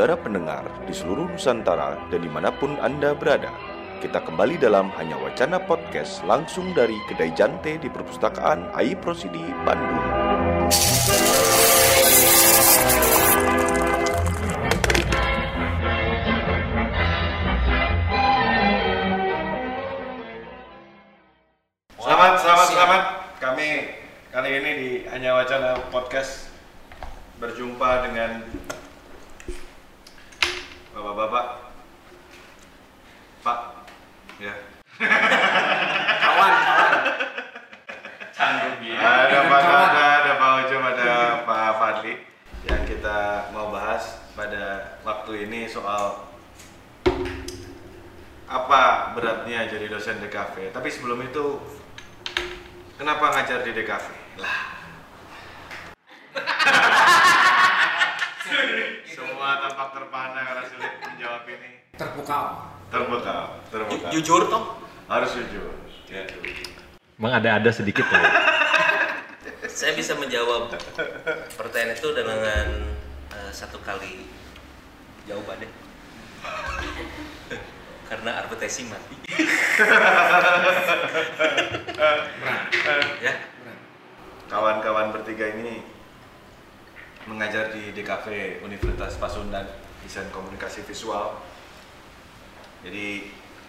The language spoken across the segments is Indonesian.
saudara pendengar di seluruh Nusantara dan dimanapun Anda berada. Kita kembali dalam Hanya Wacana Podcast langsung dari Kedai Jante di Perpustakaan AI Prosidi, Bandung. Selamat. Kami kali ini di Hanya Wacana Podcast berjumpa dengan bapak-bapak, Pak, ya. Kawan. Canggung ya. Ada Pak Tata, ada Pak Ujum, ada Pak Fadli. Yang kita mau bahas pada waktu ini soal apa beratnya jadi dosen DKV. Tapi sebelum itu, kenapa ngajar di DKV? Lah. Semua tampak terpana karena sulit menjawab ini. Terpukau. Jujur toh? Harus jujur. Ya. Emang ada sedikit lah. Saya bisa menjawab pertanyaan itu dengan satu kali jawabannya. Karena advertising mati. Ya. Kawan-kawan bertiga ini mengajar di DKV Universitas Pasundan, desain komunikasi visual. Jadi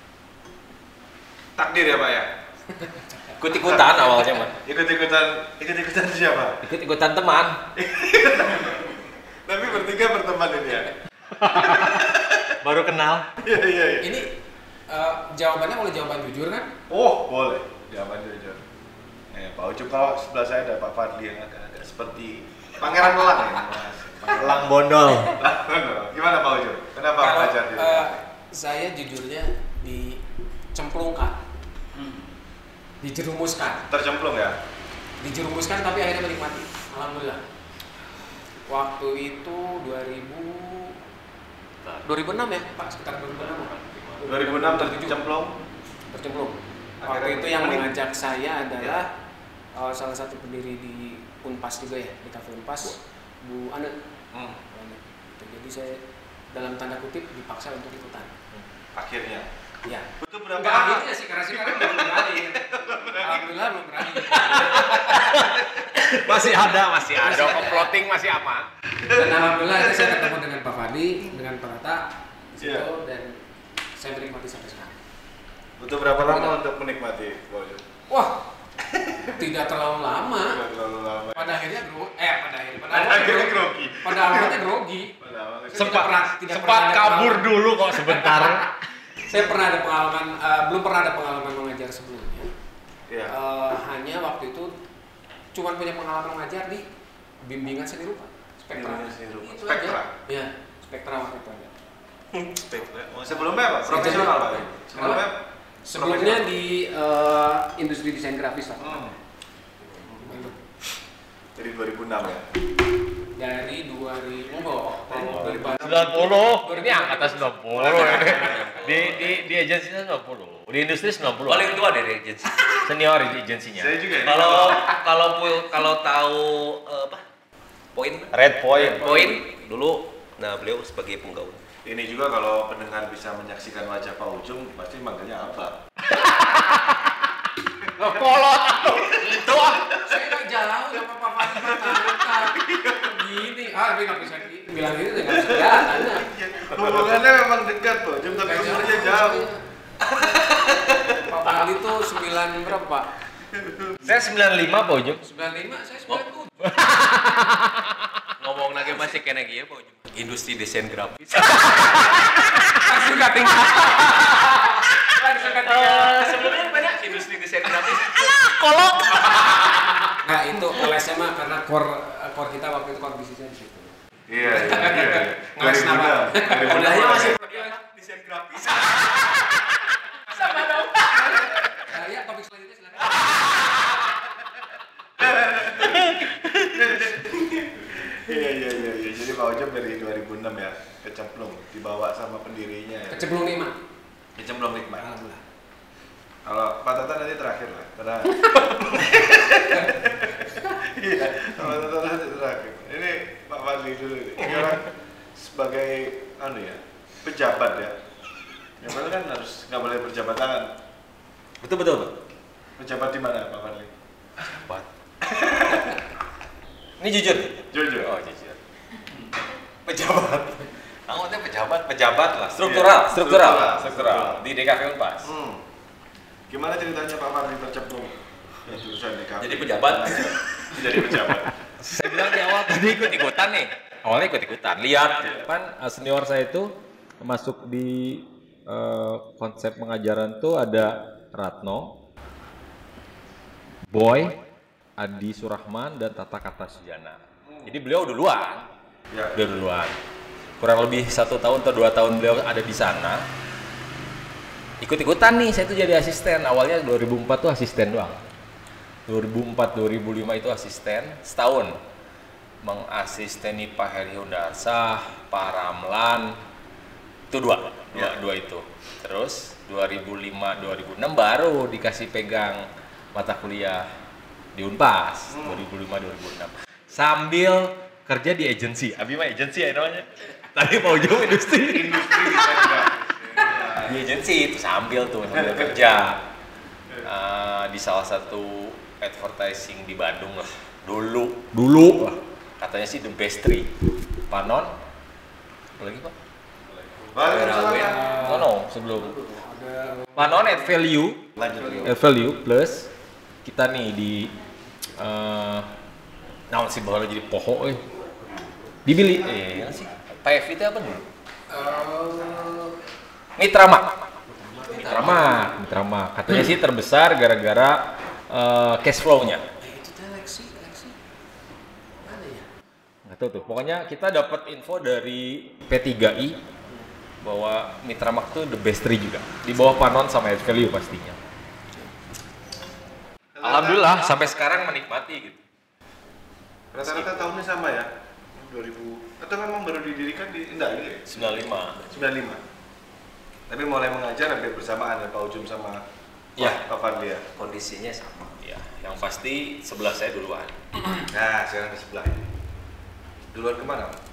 takdir ya Pak ya? Ikut-ikutan awalnya mah. Ikut-ikutan siapa? Ikut-ikutan teman. Tapi bertiga berteman ini ya? Baru kenal. Iya. Ini jawabannya boleh jawaban jujur kan? Oh boleh, jawaban jujur. Pak Ucup, kalau sebelah saya ada Pak Fadli yang agak seperti Pangeran Elang ya? Elang bondol. Gimana Pak Ucup? Kenapa belajar di Saya jujurnya dicemplungkan, dijerumuskan. Tercemplung ya? Dijerumuskan tapi akhirnya menikmati. Alhamdulillah. Waktu itu 2006 ya Pak, sekitar 2006. 2006 tercemplung. Waktu itu yang mengajak saya adalah salah satu pendiri di Unpas juga ya, di Cafe Unpas, Bu Ane. Jadi saya dalam tanda kutip dipaksa untuk ikutan. Akhirnya. Ya. Butuh berapa? Enggak akhirnya sih, karena sekarang belum berani. Alhamdulillah belum berani. Masih ada komploting masih aman. Dan alhamdulillah saya ketemu dengan Pak Fadli, dengan Pak Tata, dan saya menikmati sampai sekarang. Butuh berapa lama untuk menikmati? Wah, tidak terlalu lama. Pada akhirnya grogi. Pada awalnya grogi. Sempat kabur dulu kok sebentar. Saya pernah ada pengalaman, belum pernah ada pengalaman mengajar sebelumnya. Iya. Hanya waktu itu cuma punya pengalaman mengajar di bimbingan seni rupa, Spektra. Itu Spektra. aja. Ya, Spektra waktu itu aja. Sebelumnya apa? Profesional Pak. Sebelumnya di industri desain grafis Pak. Jadi 2006 ya. Dari 2000 90. Ini angkatan 90 ini. Di agensinya 90. Di industri 90. Paling tua dari agensi. Senior di agensinya. Saya juga ini. Kalau tahu apa? Red Point Dulu. Nah, beliau sebagai penggawa. Ini juga kalau pendengar bisa menyaksikan wajah Pak Ujung pasti manggilnya apa? Kolot itu. Saya nggak jauh sama Pak Fadli. Gini, tapi nggak bisa bilang gitu nggak bisa kelihatan. Hubungannya memang dekat Pak Ujung, tapi umurnya jauh. Pak Fadli itu 9 berapa Pak? Saya 95 Pak Ujung. 95, saya 97. Ngomong lagi masih kena gitu, Pak. Industri desain grafis. Langsung nggak tinggal. Sebelumnya banyak industri desain grafis. Kolot. Nah itu lesnya mah karena core kita waktu itu core bisnisnya di situ. Iya. Ngeles nama. Kudanya masih desain grafis. Sama dong. Ya topik selanjutnya silakan. Iya. Jadi Pak Ujung dari 2006 ya kecemplung, dibawa sama pendirinya ya. Kecemplung nikmat. Alhamdulillah. Kalau Pak Tata nanti terakhir lah. Iya, Pak Tata nanti terakhir. Ini Pak Fadli dulu nih. sebagai pejabat ya. Yang paling kan harus nggak boleh berjabat tangan. Betul betul. Pejabat di mana Pak Fadli? Pejabat. Ini jujur. Jujur. Oh jujur. Pejabat. Anggotanya pejabat lah. Struktural. Di DKV Unpas. Gimana ceritanya Pak Fadli tercemplung di jurusan DKV? Jadi pejabat. Jadi pejabat. Saya bilang di awal tadi ikut-ikutan nih. Awalnya ikut-ikutan. Lihat kan senior saya itu masuk di konsep pengajaran tuh ada Ratno, Boy, Adi Surahman dan Tata Kartasujana. Jadi beliau duluan. Ya. Beliau duluan. Kurang lebih 1 tahun atau 2 tahun beliau ada di sana. Ikut-ikutan nih, saya tuh jadi asisten. Awalnya 2004 tuh asisten doang. 2004-2005 itu asisten setahun. Mengasisteni Pak Heri Hundarsah, Pak Ramlan. Itu dua itu. Terus 2005-2006 baru dikasih pegang mata kuliah di Unpas. 2005-2006. Sambil kerja di agensi. Abi mah agensi ya namanya. Tadi mau jauh industri. Di agensi itu sambil kerja di salah satu advertising di Bandung lah. Dulu lah. Katanya sih the best three. Panon. Apa lagi Pak? No, sebelum. Panon at value. At value plus kita nih di naon sih baru jadi poho dibeli sih PF itu apa dulu? Mitrama katanya sih terbesar gara-gara cash flow-nya. Itu teh Lexi mana ya? Nggak tahu tuh. Pokoknya kita dapat info dari P3I bahwa Mitramak tuh the best three juga. Di bawah Panon sama Add Value pastinya. Alhamdulillah sampai sekarang menikmati gitu. Rata-rata tahunnya sama ya? 2000 atau memang baru didirikan di 95. 95. Tapi mulai mengajar hampir bersamaan ya Pak Ujum sama Ya. Pak Fadli ya. Kondisinya sama. Ya, yang pasti sebelah saya duluan. Nah, sekarang di sebelah. Duluan kemana? Pak?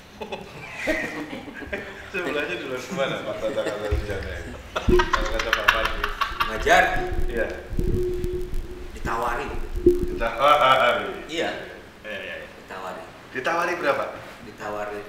Sebelahnya duluan kemana Pak Tata Kartasujana? Kalau kata Pak Fadli. Ngajar Iya. ditawari. Ditawari. Iya, Iya. ditawari. Ditawari berapa? Ditawari.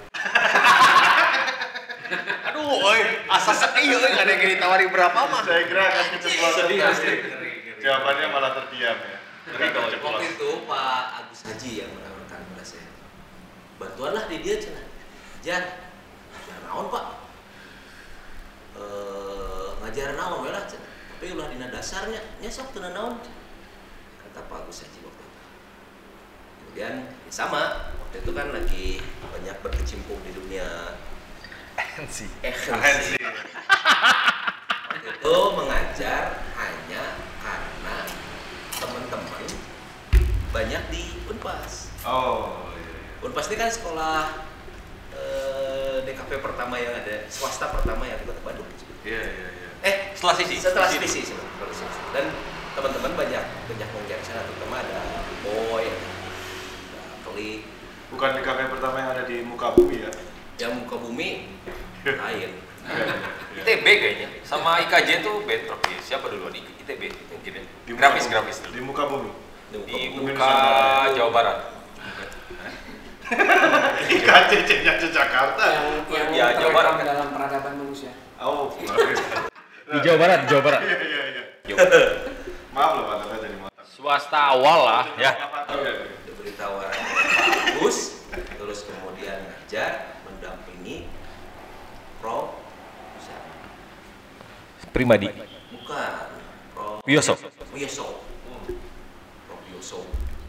Aduh, asa sedih enggak ada yang ditawari berapa mah. Saya kira akan keceplosan. Sedih. Jawabannya malah terdiam ya. Waktu itu Pak Agus Haji yang menawarkan pada saya. Bantuanlah di dia cenah. Jan naon Pak? Ngajar naon we lah cenah. Tapi ulah dina dasarnya nya sok teu naon. Kata Pak Agus Haji waktu itu. Kemudian ya sama, waktu itu kan lagi banyak berkecimpung di dunia Ensi. Waktu itu mengajar hanya karena teman-teman banyak di Unpas. Oh, iya. Unpas ini kan sekolah DKV pertama yang ada, swasta pertama yang di Kota Bandung. Iya. Setelah sisi. Setelah sisi. Dan teman-teman banyak mengajar di sana, terutama ada Boy, ada Keli. Bukan di kafe pertama yang ada di muka bumi ya? Yang muka bumi lain. ITB kayaknya. Sama IKJ tuh bentrok ya. Siapa duluan? ITB mungkin ya. Di muka Grafis bumi. dulu. Di muka bumi. Di Bumi muka Nusantara. Jawa Barat. IKCC-nya Jakarta. Yang Ya, Jawa Barat. ke dalam peradaban manusia. Oh, Di Jawa Barat. Iya. Maaf loh Pak Tata jadi motor. Swasta awal lah ya. Diberi tawaran bagus, terus kemudian ngajar, mendampingi Prof. Primadi. Bukan Prof. Wiyoso. Prof. Yoso.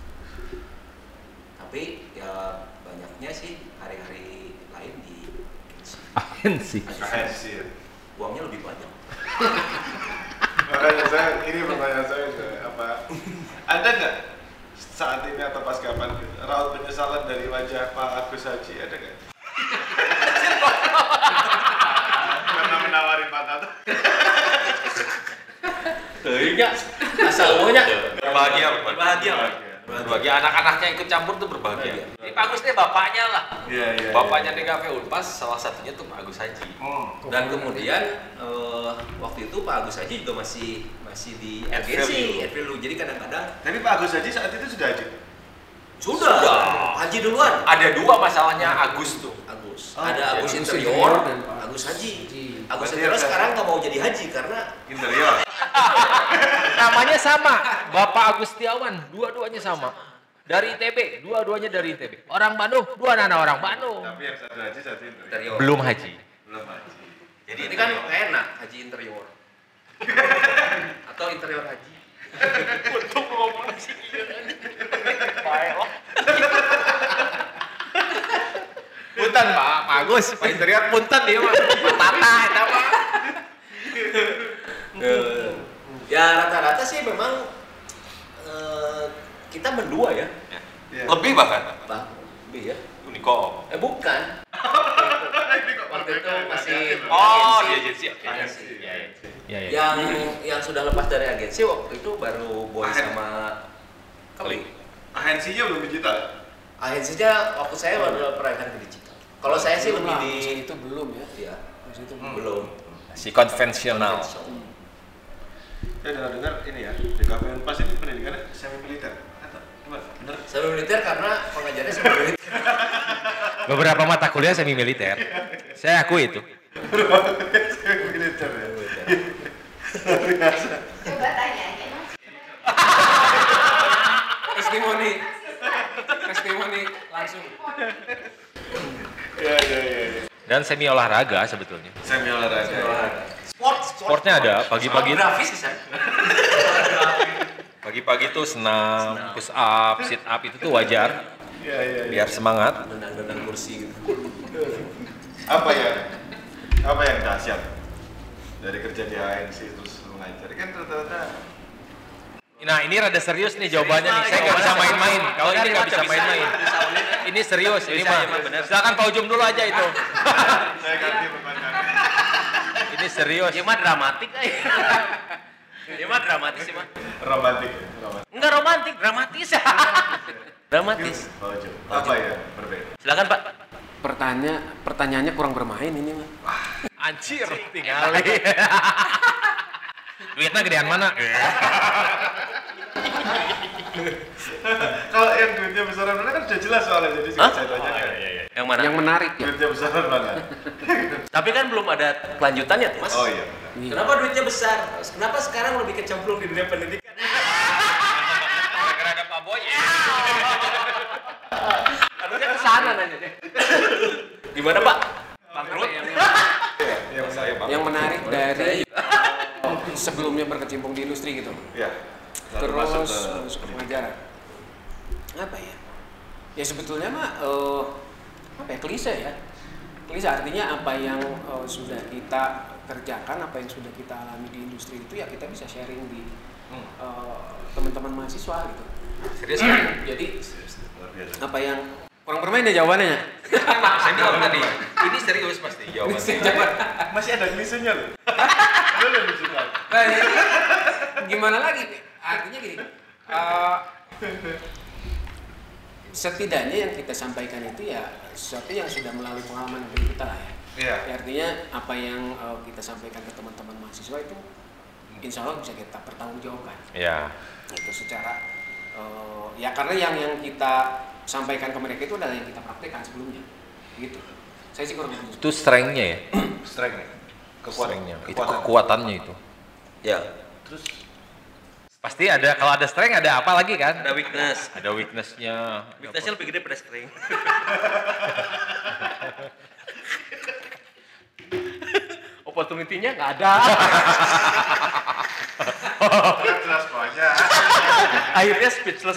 Tapi ya banyaknya sih hari-hari lain di Ahensi. KSC ya. uangnya lebih banyak. Makanya pertanyaan saya apa? Ada nggak saat ini atau pas kapan raut penyesalan dari wajah Pak Agus Haji ada nggak? Karena menawari Pak Tata. Iya. Asal maunya berbahagia. Berbahagia. Berbahagia anak-anaknya ikut campur tuh berbahagia. Ini Pak Pak Agus ini bapaknya lah. Iya. Bapaknya DKV Unpas salah satunya tuh Pak Agus Haji. Dan kemudian waktu itu Pak Agus Haji juga masih di agensi Advilu. Jadi kadang-kadang. Tapi Pak Agus Haji saat itu sudah haji. Sudah. Haji duluan. Ada dua masalahnya Agus tuh. Ada Agus Agus Interior, dan Agus Haji. Agus Berarti Interior ada- sekarang nggak mau jadi haji karena Interior. Namanya sama, Bapak Agustiawan, dua-duanya sama. Dari ITB, dua-duanya dari ITB. Orang Bandung, dua anak orang Bandung. Tapi yang satu haji, satu interior. interior. Belum haji. Belum haji. Jadi ini kan enak haji interior. Atau interior haji. Untuk ngomong sih baik lah. Punten Pak Agus, Pak Interior punten dia mah. Tata eta mah. Ya rata-rata sih memang kita berdua ya. Iya. Lebih bahkan. Pak, lebih ya. Unikom. Bukan. Waktu itu masih Oh, agensi. di agensi. Oke. Agensi. Iya. Yang sudah lepas dari agensi waktu itu baru Boy sama Kali. Agensinya belum digital. Agensinya waktu saya baru perayaan ke digital. Kalau saya sih Belum lebih lah, di masa itu belum ya. ya, Masa itu belum. belum. Si konvensional. Saya dengar ini ya, DKV Unpas ini pendidikannya semi militer. Atau gimana? Bener? Semi militer karena pengajarnya semi militer. Beberapa mata kuliah semi militer. Saya akui itu. Semi militer ya. Coba tanya aja mas. Testimoni langsung. Iya. Dan semi olahraga sebetulnya. Semi olahraga. Sportnya ada pagi-pagi. Grafis bisa. Pagi-pagi tuh senam, push up, sit up itu tuh wajar. Iya. Biar semangat. Dendang kursi gitu. Apa yang dahsyat dari kerja di ANC terus mengajar? Kan rata-rata. Nah ini rada serius nih jawabannya nih. Saya nggak bisa main-main. Kalau ini nggak bisa main-main. Ini serius ini mah. Silakan Pak Ujum dulu aja itu. Saya ganti beban kami. Ini serius. Dia mah dramatik Dia mah dramatis sih mah. Romantik. Enggak romantik, dramatis. Dramatis. Baju. Apa ya berbeda? Silakan Pak. Pertanyaannya kurang bermain ini mah. Anjir, tinggal. Duitnya gedean mana? Kalau yang duitnya besaran mana kan sudah jelas soalnya, jadi saya tanya kan. Yang mana? Yang menarik ya. Duitnya besaran mana? Tapi kan belum ada kelanjutannya, Mas. Oh iya. benar. Kenapa duitnya besar? Kenapa sekarang lebih kecemplung di dunia pendidikan? Gara-gara ada Pak Boy. Harusnya ke sana nanya deh. Gimana, Pak? Bangkrut. Yang menarik dari sebelumnya berkecimpung di industri gitu. Iya. Lalu Terus ke masuk ke pengajaran. Apa ya? Ya sebetulnya mah apa ya, klise ya. Klise artinya apa yang sudah kita kerjakan, apa yang sudah kita alami di industri itu ya kita bisa sharing di teman-teman mahasiswa gitu. Serius? Jadi luar biasa. apa yang kurang bermain ya jawabannya? Saya bilang tadi. Ini serius pasti jawabannya. Masih ada klisenya loh. Belum digital. Nah, jadi, gimana lagi? Artinya gini, setidaknya yang kita sampaikan itu ya sesuatu yang sudah melalui pengalaman hidup kita lah ya. Iya. Ya, artinya apa yang kita sampaikan ke teman-teman mahasiswa itu insya Allah bisa kita pertanggungjawabkan. Ya. Itu secara ya karena yang kita sampaikan ke mereka itu adalah yang kita praktekkan sebelumnya, gitu. Saya sih kurang begitu. Itu strength-nya ya. Strength. Strength-nya. Itu kekuatannya itu. Ya. Terus Pasti ada, kalau ada strength ada apa lagi kan? Ada weakness. Ada weakness-nya. Weakness-nya lebih gede pada strength. Opportunity-nya nggak ada. jelas banyak. Akhirnya speechless.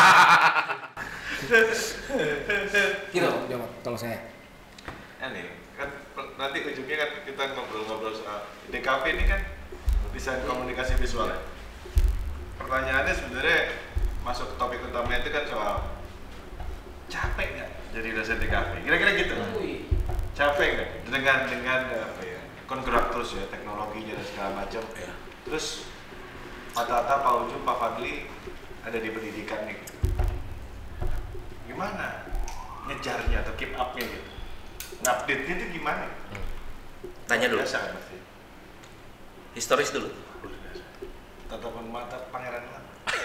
Gitu jawab kalau saya. Nih kan nanti ujungnya kan kita ngobrol-ngobrol soal DKV ini kan desain komunikasi visual ya. Pertanyaannya sebenarnya masuk ke topik utama itu kan soal capek nggak jadi dosen DKV? Kira-kira gitu. Capek nggak dengan apa ya? Kan gerak terus ya teknologinya dan segala macam. Terus Pak Ujum, Pak Fadli ada di pendidikan nih. Gimana ngejarnya atau keep up-nya gitu? Ngupdate-nya itu gimana? Tanya dulu. Biasa pasti. Historis dulu. Tatapan mata Pangeran Lan.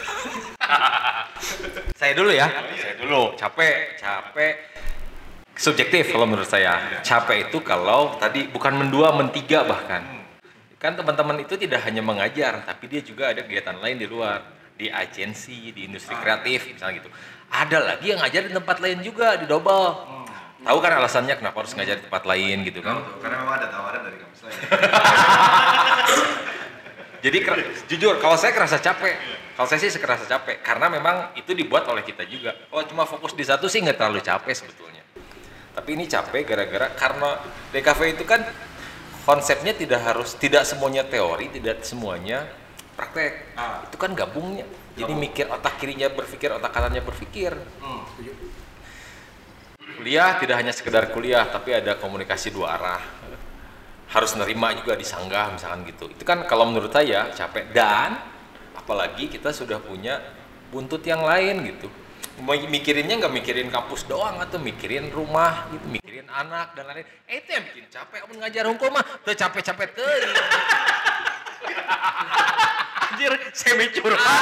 Saya dulu ya. Saya dulu. Capek. Subjektif kalau menurut saya. Capek itu kalau tadi bukan mendua, mentiga bahkan. Kan teman-teman itu tidak hanya mengajar, tapi dia juga ada kegiatan lain di luar, di agensi, di industri kreatif misalnya gitu. Ada lagi yang ngajar di tempat lain juga, di double. Tahu kan alasannya kenapa harus ngajar di tempat lain gitu kan? Karena memang ada tawaran dari kampus lain. Jadi jujur, kalau saya kerasa capek. Kalau saya sih kerasa capek, karena memang itu dibuat oleh kita juga. Kalau cuma fokus di satu sih nggak terlalu capek sebetulnya. Tapi ini capek gara-gara karena DKV itu kan konsepnya tidak semuanya teori, tidak semuanya praktek. Itu kan gabungnya. Jadi mikir otak kirinya berpikir, otak kanannya berpikir. Kuliah tidak hanya sekedar kuliah, tapi ada komunikasi dua arah. Harus nerima juga disanggah misalkan gitu. Itu kan kalau menurut saya capek, dan apalagi kita sudah punya buntut yang lain gitu. Mikirinnya nggak mikirin kampus doang atau mikirin rumah gitu, mikirin anak dan lain-lain. Itu yang bikin capek. Mun ngajar hukum mah teu capek-capek teuing. Anjir, semi curhat.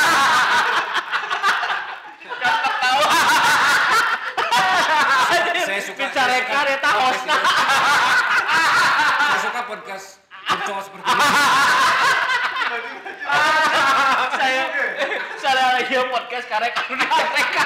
Saya suka Bicarekan eta hostna. Saya suka podcast curcol seperti ini. Saya lagi podcast karek dunia mereka.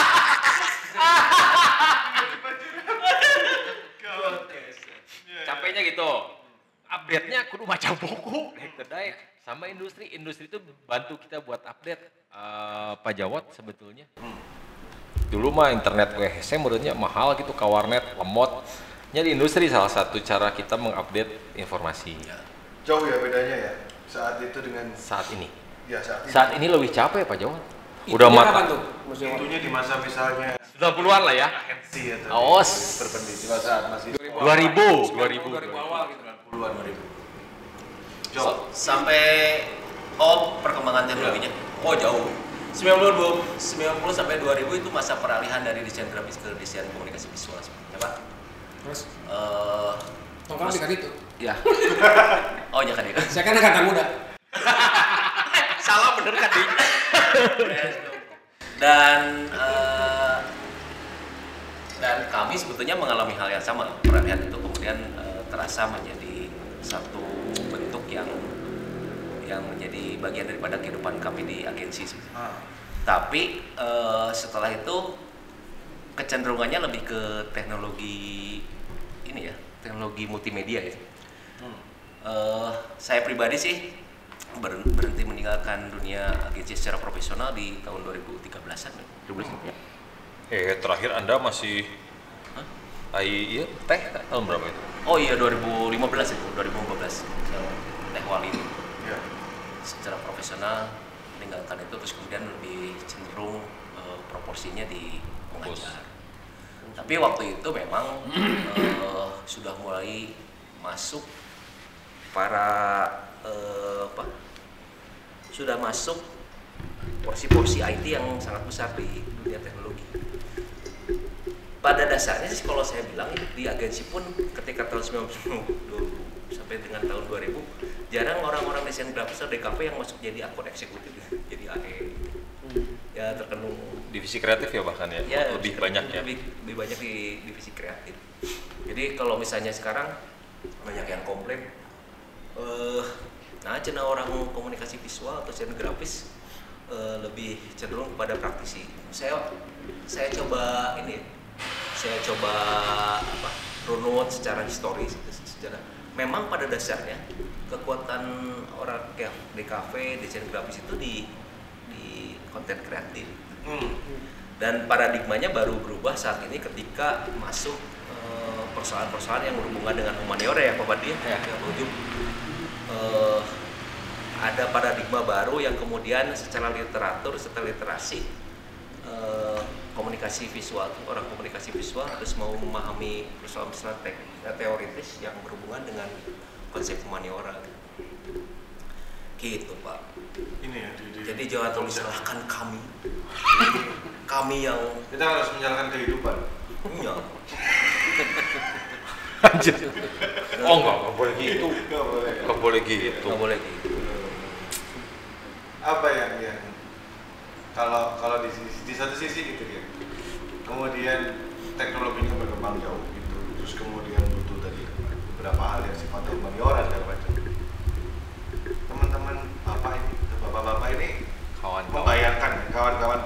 Capeknya gitu. Update-nya kudu baca buku. Kedai sama industri itu bantu kita buat update. Pak Jawat sebetulnya. Dulu mah internet WHC menurutnya mahal gitu, ke warnet, lemot. Jadi industri salah satu cara kita mengupdate informasi. Jauh ya bedanya ya saat itu dengan Saat ini. ya saat ini. Saat ini lebih capek Pak Jawat. Udah Udah kapan mata. tuh? Museum. Itunya di masa misalnya 90-an lah ya. agensi atau Oh, berpendidikan saat masih 2000 awal gitu. 20-an 2000. Jauh. Sampai perkembangan teknologinya. Oh, jauh. 90 sampai 2000 itu masa peralihan dari desain grafis ke desain komunikasi visual sebenarnya, Pak. Terus Tongkang tongkang di itu. Ya. Oh, ya kan ya. Saya kan anak muda. Salah bener kan dia. Dan kami sebetulnya mengalami hal yang sama. Peralihan itu kemudian terasa menjadi satu bentuk yang menjadi bagian daripada kehidupan kami di agensi. Tapi setelah itu kecenderungannya lebih ke teknologi ini ya, teknologi multimedia ya. Saya pribadi sih berhenti meninggalkan dunia agensi secara profesional di tahun 2013-an. Terakhir Anda masih iya teh tahun berapa itu? Oh iya 2015 itu, 2015 Teh Wali itu. Ya. Secara profesional meninggalkan itu, terus kemudian lebih cenderung proporsinya di mengajar. Tapi waktu itu memang sudah mulai masuk sudah masuk porsi-porsi IT yang sangat besar di dunia teknologi. Pada dasarnya sih kalau saya bilang di agensi pun ketika tahun 90 sampai dengan tahun 2000 jarang orang-orang desain grafis atau DKV yang masuk jadi akun eksekutif, jadi AE. Ya terkenung Divisi kreatif ya bahkan ya, lebih banyak ya. Lebih banyak di divisi kreatif. Jadi kalau misalnya sekarang banyak yang komplain cenah orang komunikasi visual atau desain grafis lebih cenderung kepada praktisi. Saya coba runut secara historis, secara memang pada dasarnya kekuatan orang kayak DKV desain grafis itu di konten kreatif. Dan paradigmanya baru berubah saat ini ketika masuk persoalan-persoalan yang berhubungan dengan humaniora ya Pak Badi ya, ujung ada paradigma baru yang kemudian secara literatur, secara literasi komunikasi visual, orang komunikasi visual harus mau memahami persoalan-persoalan teoritis yang berhubungan dengan konsep humaniora. Itu Pak. Ini ya Jadi jangan terlalu salahkan kami. Kami yang kita harus menjalankan kehidupan. punya. Anjir. Oh enggak boleh gitu. Nggak boleh. Enggak boleh gitu. Nggak boleh gitu. Apa yang kalau di satu sisi gitu ya, kemudian teknologinya berkembang jauh gitu, terus kemudian butuh tadi beberapa hal yang sifatnya humaniora segala macam. Teman-teman bapak-bapak ini membayangkan kawan-kawan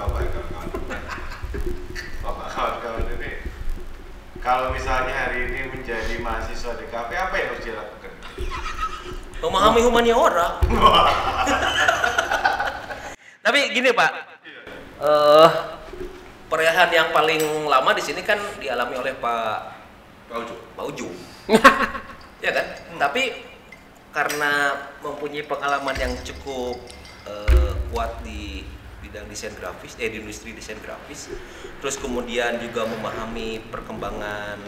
bapak-kawan ini kalau misalnya hari ini menjadi mahasiswa DKV, apa yang harus dia lakukan? Memahami humaniora. Tapi gini Pak, perayaan yang paling lama di sini kan dialami oleh Pak Ujung, ya kan? Tapi karena mempunyai pengalaman yang cukup kuat di bidang desain grafis, di industri desain grafis, terus kemudian juga memahami perkembangan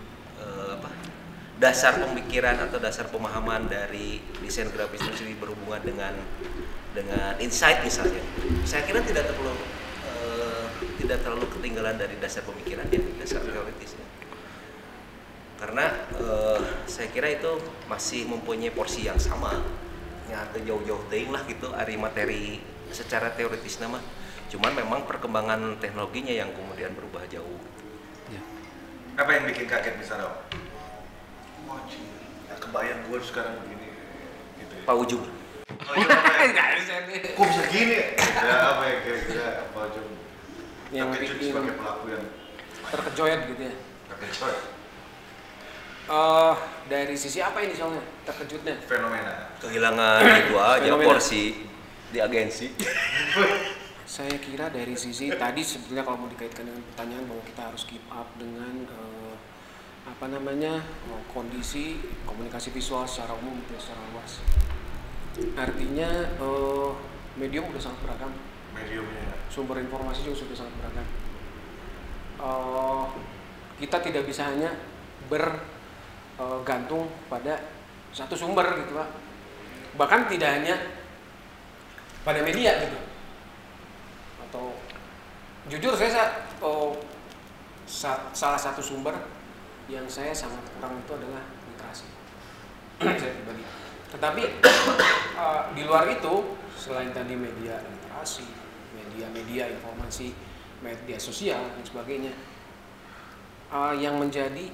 dasar pemikiran atau dasar pemahaman dari desain grafis itu sendiri berhubungan dengan insight misalnya. Saya kira tidak terlalu ketinggalan dari dasar pemikirannya, dasar teoritisnya. Karena saya kira itu masih mempunyai porsi yang sama, nyata jauh-jauh ting lah gitu ari materi secara teoritis nama. Cuman memang perkembangan teknologinya yang kemudian berubah jauh. Ya. Apa yang bikin kaget misalnya? Wah, ya kebayang gue sekarang begini gitu ya. Pak Ujung. Oh, iya, kok bisa gini? Ya apa ya kira-kira Pak Ujung Yang terkejut bikin sebagai pelaku yang terkejoet gitu ya. terkejut Dari sisi apa ini soalnya terkejutnya? fenomena. Kehilangan itu aja Fenomena. porsi di agensi. Saya kira dari sisi tadi sebetulnya kalau mau dikaitkan dengan pertanyaan bahwa kita harus keep up dengan kondisi komunikasi visual secara umum gitu, secara luas. Artinya medium udah sangat beragam, Mediumnya. sumber informasi juga sudah sangat beragam. Kita tidak bisa hanya bergantung pada satu sumber gitu Pak. Bahkan tidak hanya pada media gitu. Atau jujur saya salah satu sumber yang saya sangat kurang itu adalah literasi saya pribadi. Tetapi di luar itu selain tadi media literasi, media informasi, media sosial dan sebagainya, yang menjadi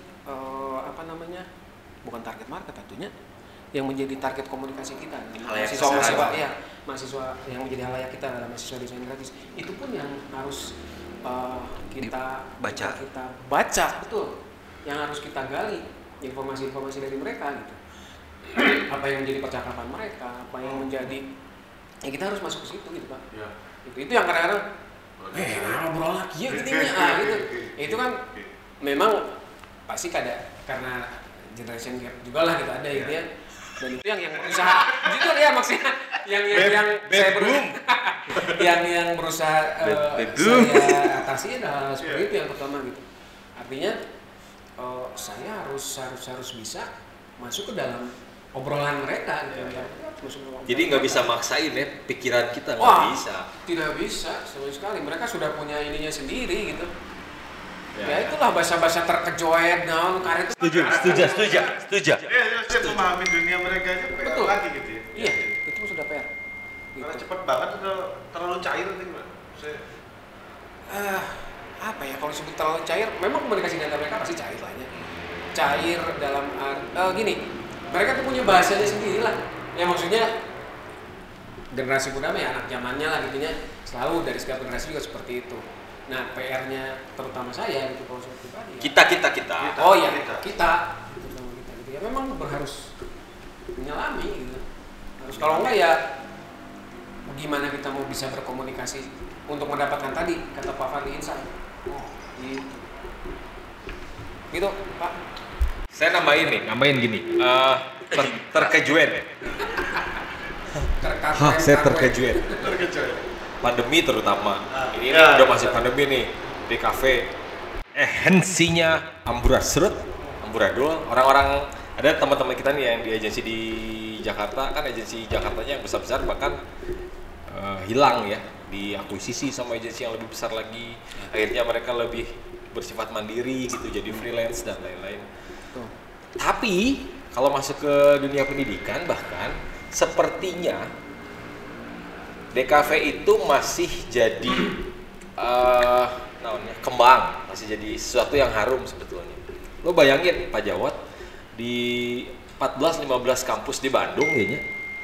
bukan target market tentunya, yang menjadi target komunikasi kita, mahasiswa yang menjadi halayak kita dalam mahasiswa desain grafis, itu pun yang harus kita baca betul, yang harus kita gali informasi-informasi dari mereka gitu. Apa yang menjadi percakapan mereka, apa yang menjadi kita harus masuk ke situ gitu Pak. Ya. Itu yang kadang-kadang ngobrol lagi ya gitu. Itu kan memang pasti karena generation gap juga lah gitu ada gitu ya. Dan itu yang berusaha jujur ya maksudnya yang saya yang berusaha saya atasi adalah seperti itu yang pertama gitu. Artinya saya harus bisa masuk ke dalam obrolan mereka gitu. Jadi nggak bisa maksain ya pikiran kita, nggak bisa. Tidak bisa sama sekali. Mereka sudah punya ininya sendiri gitu. Ya itulah bahasa-bahasa terkejoet naon karet. Setuju. Ya, saya memahami dunia mereka aja Betul. lagi gitu ya. Iya, itu sudah PR. Karena Gitu. cepet banget udah terlalu cair gitu Pak. Apa ya kalau disebut terlalu cair, memang komunikasi dengan mereka pasti cair lah ya. Cair dalam gini, mereka tuh punya bahasanya sendiri lah. Ya maksudnya generasi muda ya anak zamannya lah gitunya, selalu dari setiap generasi juga seperti itu. Nah PR-nya terutama saya gitu kalau saya pribadi. Kita. Oh iya kita gitu ya memang harus menyelami gitu. Harus kalau enggak ya gimana kita mau bisa berkomunikasi untuk mendapatkan tadi kata Pak Fadli insight. Gitu. Gitu, Pak. Saya nambahin gini. Terkejuet. Saya terkejuet. Pandemi terutama. Ini udah masih pandemi nih di kafe. Esensinya amburadul. Orang-orang Ada teman-teman kita nih yang di agensi di Jakarta, kan agensi Jakartanya yang besar-besar bahkan hilang ya, diakuisisi sama agensi yang lebih besar lagi. Akhirnya mereka lebih bersifat mandiri gitu, jadi freelance dan lain-lain. Tapi kalau masuk ke dunia pendidikan bahkan sepertinya DKV itu masih jadi kembang, masih jadi sesuatu yang harum sebetulnya. Lo bayangin Pak Jawad, di 14-15 kampus di Bandung kayaknya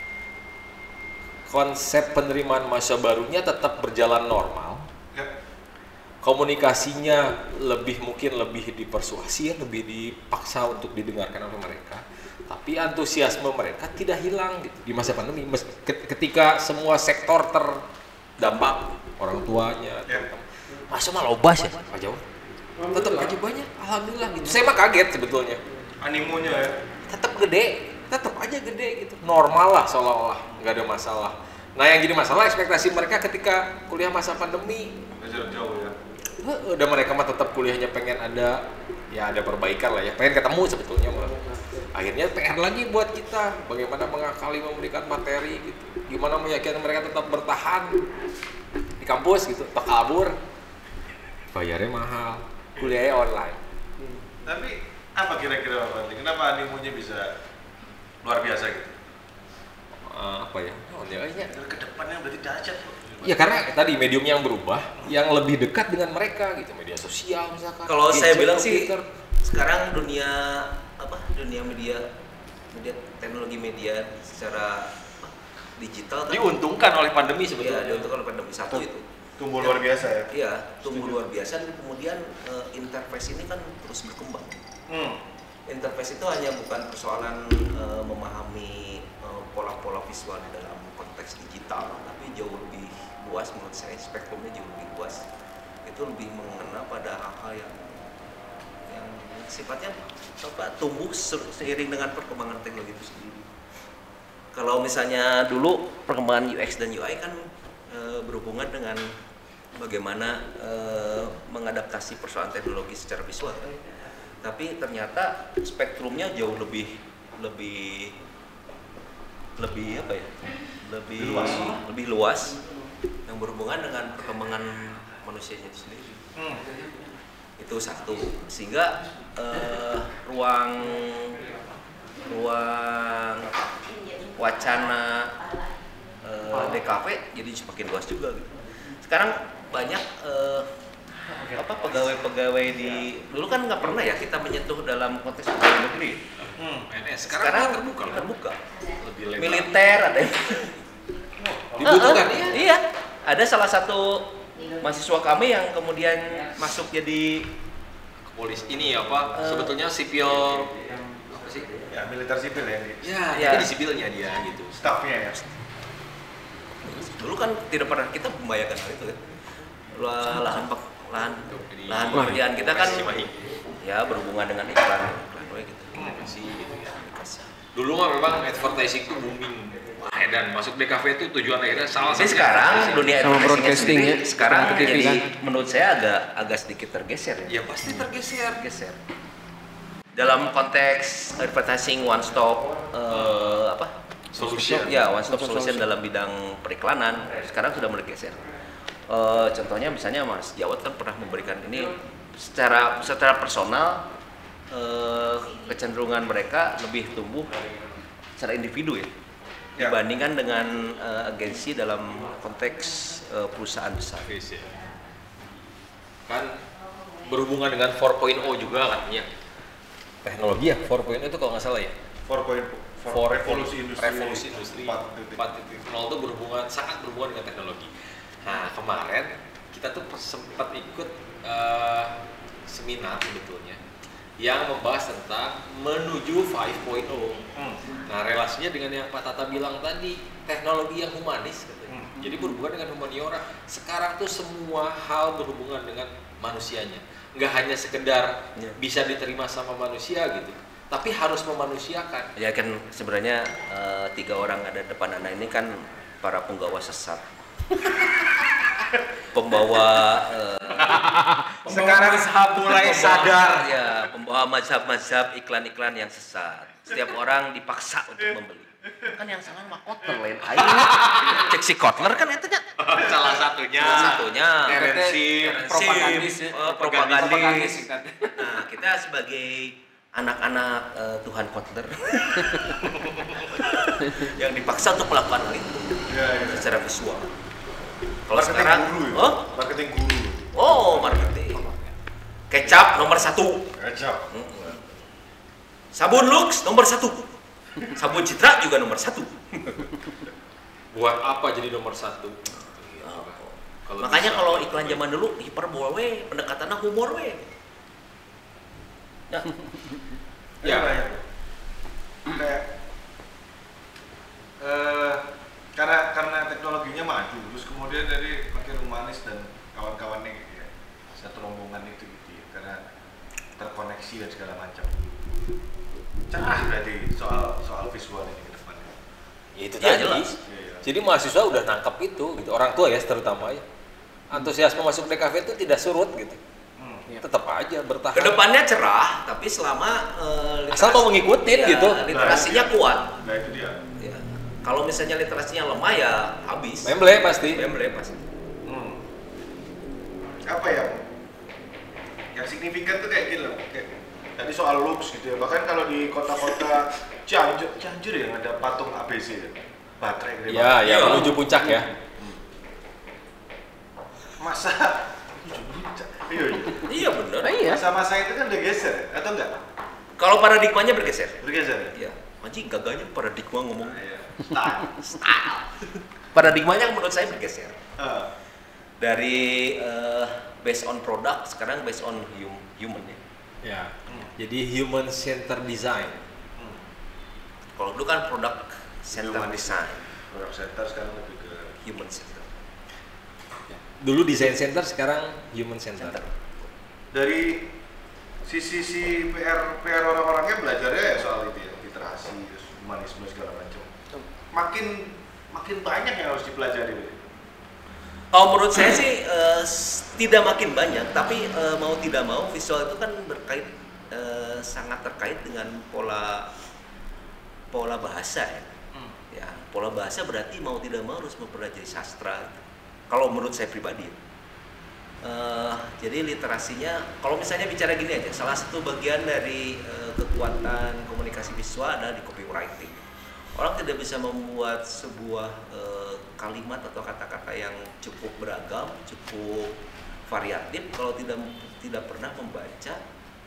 konsep penerimaan mahasiswa barunya tetap berjalan normal. Komunikasinya mungkin lebih dipersuasi ya, lebih dipaksa untuk didengarkan oleh mereka. Tapi antusiasme mereka tidak hilang gitu di masa pandemi. Ketika semua sektor terdampak, orang tuanya, masa mah loba sih Pak Jawa. Tetap aja banyak, alhamdulillah gitu. Saya mah kaget sebetulnya. Animonya ya. Tetap aja gede gitu. Normal lah seolah-olah, nggak ada masalah. Nah yang jadi masalah ekspektasi mereka ketika kuliah masa pandemi. Jarak jauh ya. Udah mereka mah tetap kuliahnya pengen ada perbaikan lah ya, pengen ketemu sebetulnya mah. Akhirnya PR lagi buat kita, bagaimana mengakali memberikan materi gitu, gimana meyakinkan mereka tetap bertahan di kampus gitu, tak kabur, bayarnya mahal, kuliahnya online. Tapi apa kira-kira Pak Fadli? Kenapa animonya bisa luar biasa gitu? Apa ya? Ke depannya berarti dahsyat. Ya karena tadi medium yang berubah, yang lebih dekat dengan mereka gitu, media sosial misalkan. Kalau saya bilang sih Twitter. sekarang dunia media teknologi media secara digital kan Diuntungkan oleh pandemi sebetulnya. Iya, diuntungkan oleh pandemi satu itu. Tumbuh luar biasa ya. Iya, tumbuh luar biasa dan kemudian interface ini kan terus berkembang. Interface itu hanya bukan persoalan memahami pola-pola visual di dalam konteks digital, tapi jauh lebih luas menurut saya, spektrumnya jauh lebih luas. Itu lebih mengena pada hal-hal yang sifatnya tumbuh seiring dengan perkembangan teknologi itu sendiri. Kalau misalnya dulu perkembangan UX dan UI kan berhubungan dengan bagaimana mengadaptasi persoalan teknologi secara visual, kan? Tapi ternyata spektrumnya jauh lebih luas yang berhubungan dengan perkembangan manusianya itu sendiri. Itu satu, sehingga ruang wacana DKV jadi semakin luas juga gitu. Sekarang banyak pegawai-pegawai dulu kan nggak pernah ya kita menyentuh dalam konteks pegawai negeri. PNS Sekarang terbuka. Lebih lebar. Militer ada yang Dibutuhkan iya. Ada salah satu mahasiswa kami yang kemudian masuk jadi Polisi ini sebetulnya sipil apa sih? Ya, militer sipil ya. Ya. Tapi di sipilnya dia gitu. Staffnya ya. dulu kan tidak pernah kita membayangkan hal itu kan. Lahan pekerjaan kita kan ya berhubungan dengan iklan gitu. Dulu mah memang advertising itu booming. Dan masuk DKV itu tujuan akhirnya salah satu. Sekarang dunia broadcasting ya. Sekarang jadi menurut saya agak sedikit tergeser ya. Ya pasti tergeser. Dalam konteks advertising one stop solution. Ya, one stop solution dalam bidang periklanan sekarang sudah mulai geser. Contohnya misalnya Mas Jawad kan pernah memberikan ini secara personal, kecenderungan mereka lebih tumbuh secara individu ya. Dibandingkan dengan agensi dalam konteks perusahaan besar. Kan berhubungan dengan 4.0 juga katanya. Teknologi ya, 4.0 itu kalau nggak salah ya. 4.0 revolusi industri 4.0 itu sangat berhubungan dengan teknologi. Nah kemarin kita tuh sempat ikut seminar sebetulnya yang membahas tentang menuju 5.0. Nah relasinya dengan yang Pak Tata bilang tadi, teknologi yang humanis katanya. Jadi berhubungan dengan humaniora. Sekarang tuh semua hal berhubungan dengan manusianya. Nggak hanya sekedar bisa diterima sama manusia gitu, tapi harus memanusiakan. Ya kan sebenarnya 3 orang ada depan Anda ini kan para penggawa sesat. Pembawa sekarang mulai sadar ya, pembawa mazhab-mazhab iklan-iklan yang sesat. Setiap orang dipaksa untuk membeli. Kan yang salah mah Kotler lain aing. Cek si Kotler kan itu nya. Salah satunya. Propagandis. Propagandis. Nah, kita sebagai anak-anak Tuhan Kotler yang dipaksa untuk melakukan hal itu secara visual. Kalau sekarang, Marketing guru. Oh, marketing. Kecap nomor 1. Kecap. Sabun Lux nomor 1. Sabun Citra juga nomor 1. Buat apa jadi nomor 1? Makanya kalau iklan zaman dulu hiperbol we, pendekatannya humor we. Ya. Kayak karena teknologinya maju, terus kemudian dari makin humanis dan kawan-kawannya gitu ya, satu rombongan itu gitu ya, karena terkoneksi dan segala macam. Cerah berarti soal visual ini ke depannya. Ya itu Ya, tadi. jelas. Iya. Jadi mahasiswa udah nangkep itu, gitu. Orang tua ya terutama ya. Antusiasme masuk DKV itu tidak surut gitu. Tetap aja bertahan. Kedepannya cerah, tapi selama Asal mau ngikutin gitu. literasinya kuat. Nah itu dia. Ya. Kalau misalnya literasinya lemah ya habis. Memble pasti. Memble pasti. Apa ya? Yang signifikan tuh kayak gini loh. Kayak tadi soal looks gitu ya. Bahkan kalau di kota-kota Cianjur yang ada patung ABC ya. Baterai gede Ya, banget. ya menuju puncak ya. Masa Iya. Iya benar. Masa-masa itu kan udah geser atau enggak? Kalau paradigmanya bergeser. Bergeser ya? Iya. Anjing gagahnya paradigma ngomong. Iya. Style. Paradigmanya menurut saya bergeser. Ah. Dari based on product sekarang based on human ya. Ya. Jadi human center design. Kalau dulu kan product center Human. design, Product center sekarang lebih ke human center. Dulu design center, sekarang human center. dari sisi PR orang-orangnya belajarnya ya soal itu ya, literasi, terus humanisme segala macam. Makin banyak yang harus dipelajari. Kalau menurut saya sih tidak makin banyak, tapi mau tidak mau visual itu kan sangat terkait dengan pola bahasa ya. Ya, pola bahasa berarti mau tidak mau harus mempelajari sastra. Gitu. Kalau menurut saya pribadi. Jadi literasinya, kalau misalnya bicara gini aja, salah satu bagian dari kekuatan komunikasi visual adalah di copywriting. Orang tidak bisa membuat sebuah kalimat atau kata-kata yang cukup beragam, cukup variatif kalau tidak pernah membaca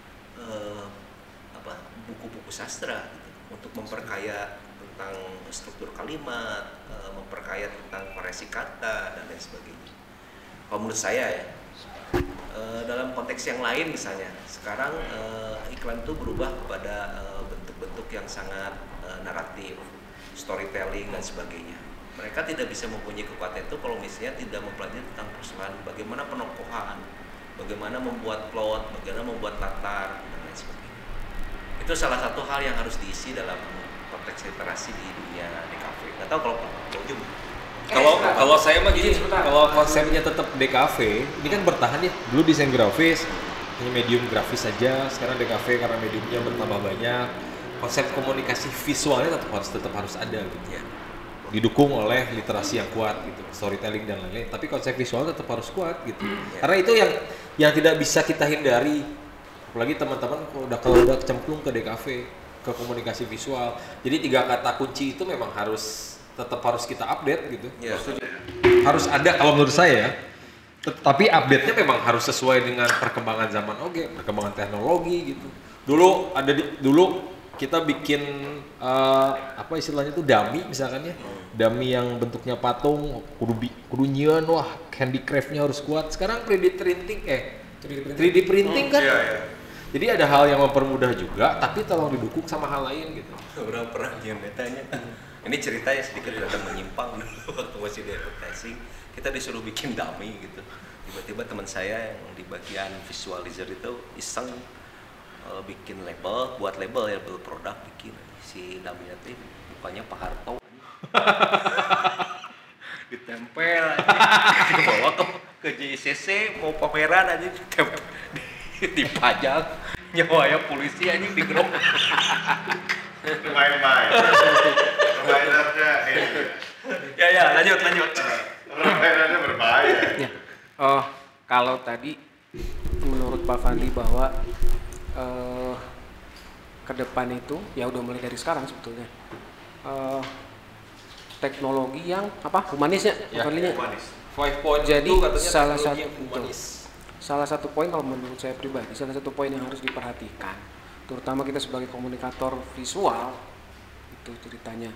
buku-buku sastra gitu, untuk memperkaya tentang struktur kalimat, memperkaya tentang variasi kata dan lain sebagainya. Kalau menurut saya ya, dalam konteks yang lain misalnya, sekarang iklan itu berubah kepada bentuk-bentuk yang sangat naratif, storytelling dan sebagainya. Mereka tidak bisa mempunyai kekuatan itu kalau misalnya tidak mempelajari tentang persoalan bagaimana penokohan, bagaimana membuat plot, bagaimana membuat latar dan lain sebagainya. Itu salah satu hal yang harus diisi dalam konteks literasi di dunia DKV. Nggak tahu kalau Jum. Kalau saya mah gini, kalau konsepnya tetap DKV, ini kan bertahan ya. Dulu desain grafis, ini medium grafis saja. Sekarang DKV karena mediumnya bertambah banyak. Konsep komunikasi visualnya tetap harus ada gitu ya. Didukung oleh literasi yang kuat gitu, storytelling dan lain-lain. Tapi konsep visual tetap harus kuat gitu. Karena itu yang tidak bisa kita hindari. Apalagi teman-teman kalau udah kecemplung ke DKV, ke komunikasi visual. Jadi 3 kata kunci itu memang tetap harus kita update gitu. Ya. Harus ada kalau menurut saya. Tapi update-nya memang harus sesuai dengan perkembangan zaman perkembangan teknologi gitu. Dulu kita bikin apa istilahnya itu dummy misalkan ya. Dummy yang bentuknya patung kudu nyieun, wah handicraft-nya harus kuat. Sekarang 3D printing kan. Iya. Jadi ada hal yang mempermudah juga, tapi tolong didukung sama hal lain gitu. Orang pernah yang betanya. Ini ceritanya sedikit rada menyimpang dulu waktu masih di advertising. Kita disuruh bikin dummy gitu. Tiba-tiba teman saya yang di bagian visualizer itu iseng bikin label, buat label produk bikin. Si dummy itu bukannya Pak Harto. Ditempel aja. Dibawa ke JCC mau pameran aja dipajang. Nyawanya polisi anjing digerok. Main-main. Permainannya ini. Ya, lanjut. Permainannya berbahaya. Ya. Kalau tadi menurut Pak Fandi bahwa ke depan itu ya udah mulai dari sekarang sebetulnya teknologi yang humanis ya, Humanis. 5.2 jadi katanya salah teknologi satu yang humanis. salah satu poin kalau menurut saya pribadi, salah satu poin yang harus diperhatikan, terutama kita sebagai komunikator visual itu ceritanya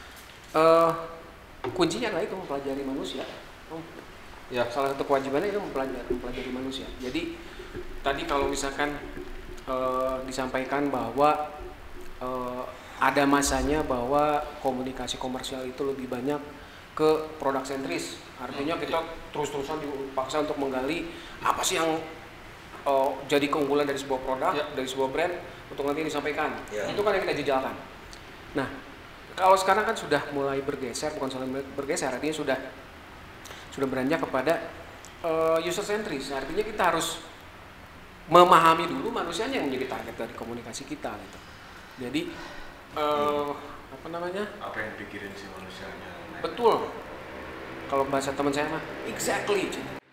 kuncinya adalah itu mempelajari manusia. Ya, salah satu kewajibannya itu mempelajari manusia. Jadi tadi kalau misalkan disampaikan bahwa ada masanya bahwa komunikasi komersial itu lebih banyak ke produk sentris, artinya kita terus-terusan dipaksa untuk menggali apa sih yang jadi keunggulan dari sebuah produk, dari sebuah brand untuk nanti disampaikan. Itu kan yang kita jejalkan. Nah, kalau sekarang kan sudah mulai bergeser, bukan salah bergeser, artinya sudah beranjak kepada user sentris. Artinya kita harus memahami dulu manusianya yang menjadi target dari komunikasi kita gitu. Jadi Apa yang dipikirin si manusianya? betul. Kalau bahasa teman saya mah exactly.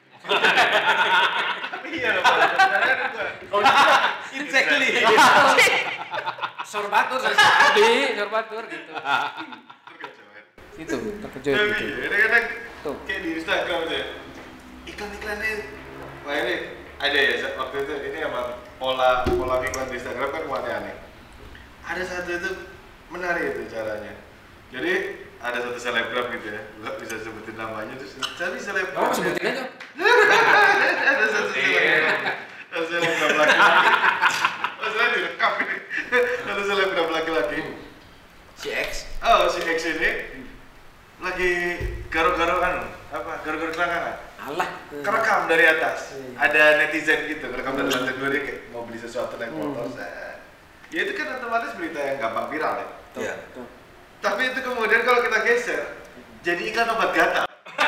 Iya, sebenarnya juga. Exactly. Sorbatur gitu. Itu terkejut gitu. Kadang-kadang Tuh. kayak di Instagram aja. Iklan-iklannya wah ini ada ya waktu itu ini emang pola iklan di Instagram kan aneh-aneh. Ada satu itu menarik itu caranya. Jadi ada satu selebgram gitu ya, nggak bisa sebutin namanya terus tapi selebgram. Sebutin aja. Ada satu selebgram laki-laki. Maksudnya direkam ini. Ada selebgram laki-laki. Si X. Si X ini lagi garuk-garuk kelangkangan. Alah. Kerekam dari atas. Ada netizen gitu, kerekam dari atas gue kayak mau beli sesuatu naik motor. Ya itu kan otomatis berita yang gampang viral ya. Iya. Tapi itu kemudian kalau kita geser jadi iklan obat gatal.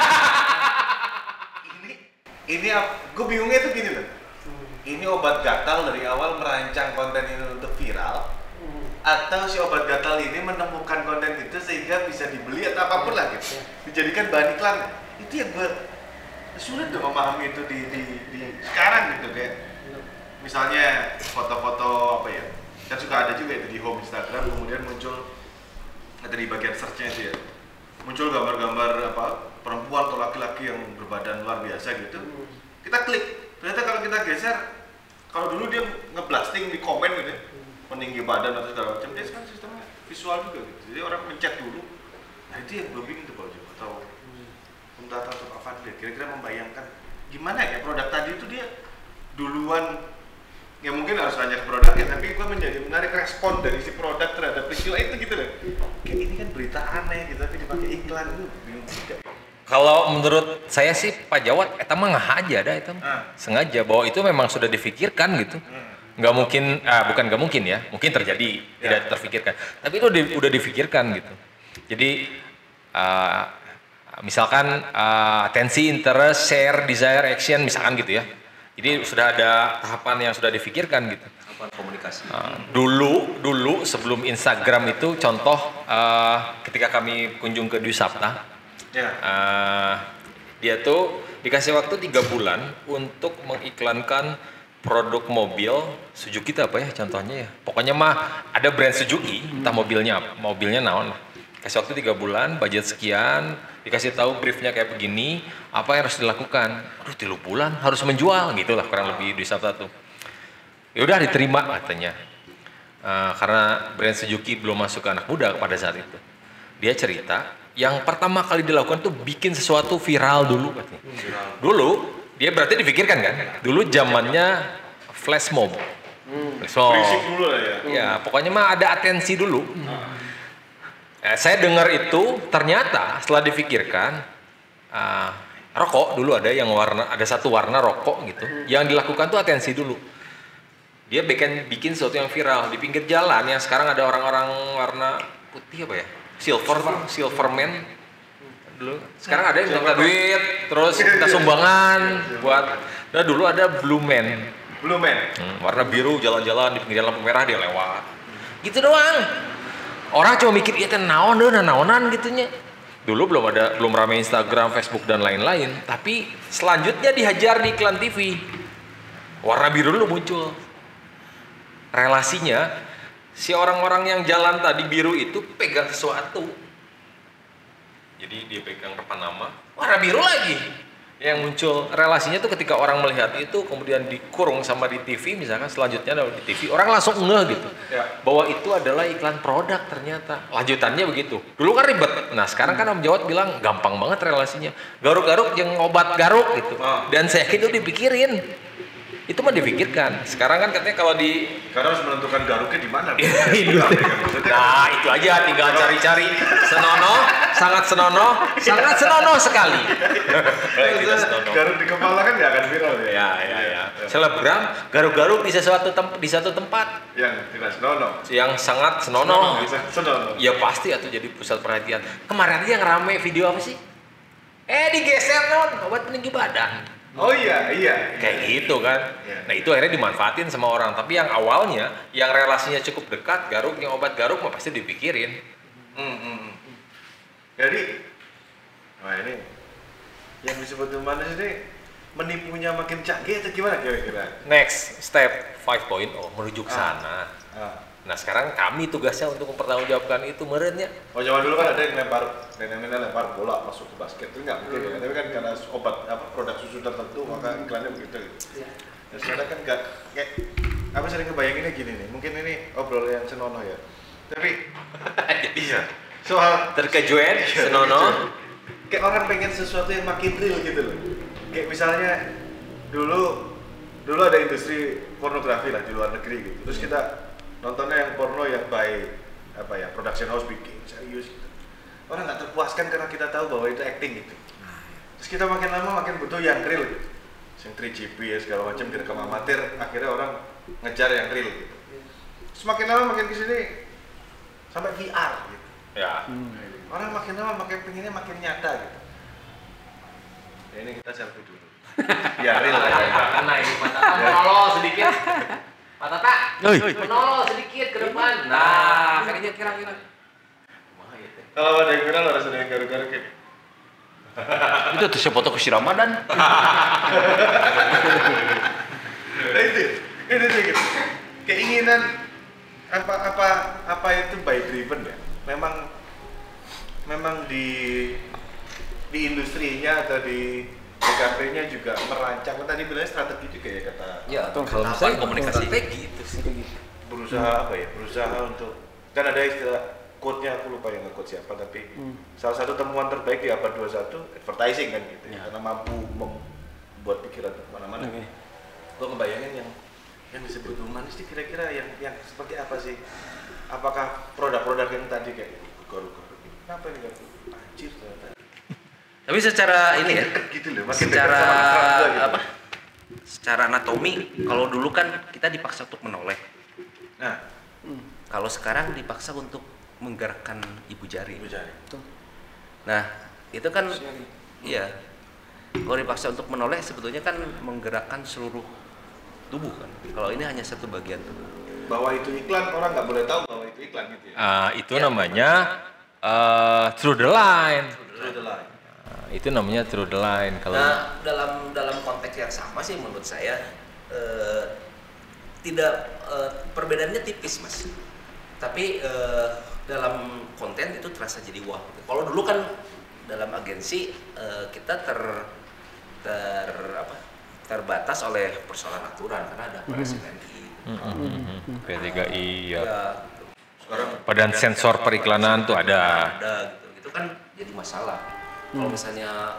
ini gue bingungnya tuh gini loh. Ini obat gatal dari awal merancang konten ini untuk viral, atau si obat gatal ini menemukan konten itu sehingga bisa dibeli atau apapun lah gitu, dijadikan bahan iklan. Itu yang gue sulit tuh memahami itu di sekarang gitu, kayak misalnya foto-foto apa ya, kan suka ada juga itu di home Instagram, kemudian muncul ada di bagian search-nya itu ya, muncul gambar-gambar perempuan atau laki-laki yang berbadan luar biasa gitu. Kita klik, ternyata kalau kita geser, kalau dulu dia ngeblasting di komen gitu ya, meninggi badan atau segala macam, dia sekarang sistemnya visual juga gitu. Jadi orang mencet dulu. Nah itu yang gue bingung tuh Pak Ujo, atau Data atau Pak Fadli, kira-kira membayangkan gimana ya produk tadi itu dia duluan, ya mungkin harus nanya ke produknya, tapi gue menjadi menarik respon dari si produk terhadap peristiwa itu gitu loh. Kayak ini kan berita aneh gitu, tapi dipakai iklan itu bingung juga. Kalau menurut saya sih Pak Jawad, eta mah aja dah itu, sengaja bahwa itu memang sudah difikirkan gitu. Nggak mungkin, bukan nggak mungkin ya, mungkin terjadi tidak terfikirkan, tapi itu udah difikirkan gitu. Jadi misalkan atensi, interest, share, desire, action misalkan gitu ya. Jadi sudah ada tahapan yang sudah difikirkan gitu. Tahapan komunikasi. Dulu sebelum Instagram itu contoh ketika kami kunjung ke Dwi Sapta, dia tuh dikasih waktu 3 bulan untuk mengiklankan produk mobil Suzuki itu apa ya contohnya ya. Pokoknya mah ada brand Suzuki, entah mobilnya naon lah. Kasih waktu 3 bulan, budget sekian, dikasih tahu briefnya kayak begini, apa yang harus dilakukan. 3 bulan harus menjual gitu lah kurang lebih di Sabta tuh. Ya udah diterima katanya. Karena brand Suzuki belum masuk ke anak muda pada saat itu. Dia cerita, yang pertama kali dilakukan tuh bikin sesuatu viral dulu katanya. Dulu dia berarti dipikirkan kan? Dulu zamannya flash mob. Berisik dulu lah ya. Ya, pokoknya mah ada atensi dulu. Saya dengar itu ternyata setelah dipikirkan rokok dulu ada satu warna rokok gitu. Yang dilakukan tuh atensi dulu. Dia bikin sesuatu yang viral di pinggir jalan yang sekarang ada orang-orang warna putih apa ya? Silverman dulu. Sekarang ada yang minta duit, terus minta sumbangan buat. Nah dulu ada Blue Man. Warna Warna biru jalan-jalan di pinggir lampu merah dia lewat. Gitu doang. Orang cuma mikir iya teh naonan gitunya. Dulu belum ramai Instagram, Facebook dan lain-lain, tapi selanjutnya dihajar di iklan TV. Warna biru dulu muncul. Relasinya si orang-orang yang jalan tadi biru itu pegang sesuatu. Jadi dia pegang depan nama, warna biru lagi. Yang muncul relasinya tuh ketika orang melihat itu kemudian dikurung sama di TV misalkan selanjutnya ada di TV orang langsung ngeh gitu bahwa itu adalah iklan produk ternyata lanjutannya begitu. Dulu kan ribet, nah sekarang kan Om Jawad bilang gampang banget relasinya, garuk-garuk yang obat garuk gitu, dan saya yakin itu dipikirin. Itu mah dipikirkan. Sekarang kan katanya kalau karena harus menentukan garuknya di mana. Nah, itu aja tinggal cari-cari. Sangat senonoh sekali. Garuk di kepala kan nggak akan viral ya. Ya. Selebgram garuk-garuk di satu tempat yang tidak senonoh. Yang sangat senonoh. Senonoh. Ya pasti atau jadi pusat perhatian. Kemarin aja yang rame video apa sih? Digeser obat peninggi badan. Oh iya. Kayak gitu kan. Nah itu akhirnya dimanfaatin sama orang. Tapi yang awalnya, yang relasinya cukup dekat, garuk, yang obat garuk mah pasti dipikirin. Jadi, wah ini yang disebut humanis ini menipunya makin canggih atau gimana kira-kira? Next step 5.0 menuju ke sana. Nah sekarang kami tugasnya untuk mempertanggungjawabkan itu merennya. Oh zaman dulu kan ada yang lempar bola masuk ke basket itu nggak mungkin ya. Tapi kan karena obat produk susu tertentu maka iklannya begitu. Nah sekarang kan nggak kayak apa sering kebayanginnya gini nih. Mungkin ini obrolan yang senonoh ya. Tapi bisa soal terkejuan senonoh. Kayak orang pengen sesuatu yang makin real gitu loh. Kayak misalnya dulu ada industri pornografi lah di luar negeri gitu. Terus kita nontonnya yang porno yang by production house bikin serius gitu. Orang nggak terpuaskan karena kita tahu bahwa itu acting gitu. Terus kita makin lama makin butuh yang real gitu. Yang 3GP ya segala macam direkam amatir, akhirnya orang ngejar yang real gitu. Semakin lama makin kesini sampai VR gitu. Ya. Orang makin lama pengennya makin nyata gitu. Ya, ini kita selfie dulu. Ya real Karena ini patah sedikit. Pak Tata, menol sedikit ke depan. Nah, kira-kira. Kalau ada yang viral harus ada yang garuk-garuk gitu. Itu tuh saya foto ke si Ramadan. Nah itu gitu. Keinginan apa itu by driven ya? Memang di industrinya atau di DKP-nya juga merancang, tadi bilangnya strategi juga ya kata. Ya, kalau misalnya komunikasi strategi itu. Berusaha berusaha untuk, kan ada istilah quote-nya aku lupa yang nge-quote siapa, tapi salah satu temuan terbaik di abad 21 advertising kan gitu ya. Karena mampu membuat pikiran kemana-mana. Gue ngebayangin yang disebut humanis ini kira-kira yang seperti apa sih? Apakah produk-produk yang tadi kayak garuk-garuk ini? Kenapa ini garuk? Anjir ternyata. Tapi secara ini ya, gitu loh, secara anatomi, kalau dulu kan kita dipaksa untuk menoleh. Nah, kalau sekarang dipaksa untuk menggerakkan ibu jari. Nah, itu kan, iya. Kalau dipaksa untuk menoleh, sebetulnya kan menggerakkan seluruh tubuh kan. Kalau ini hanya satu bagian tubuh. Bahwa itu iklan, orang nggak boleh tahu bahwa itu iklan gitu ya. Itu namanya through the line. Through the line. Itu namanya through the line. Kalau dalam konteks yang sama sih menurut saya tidak perbedaannya tipis mas. Tapi dalam konten itu terasa jadi wah. Kalau dulu kan dalam agensi kita terbatas oleh persoalan aturan karena ada PSMNI, P3I ya. Sekarang Badan sensor periklanan tuh ada. Gitu kan jadi masalah. Kalau misalnya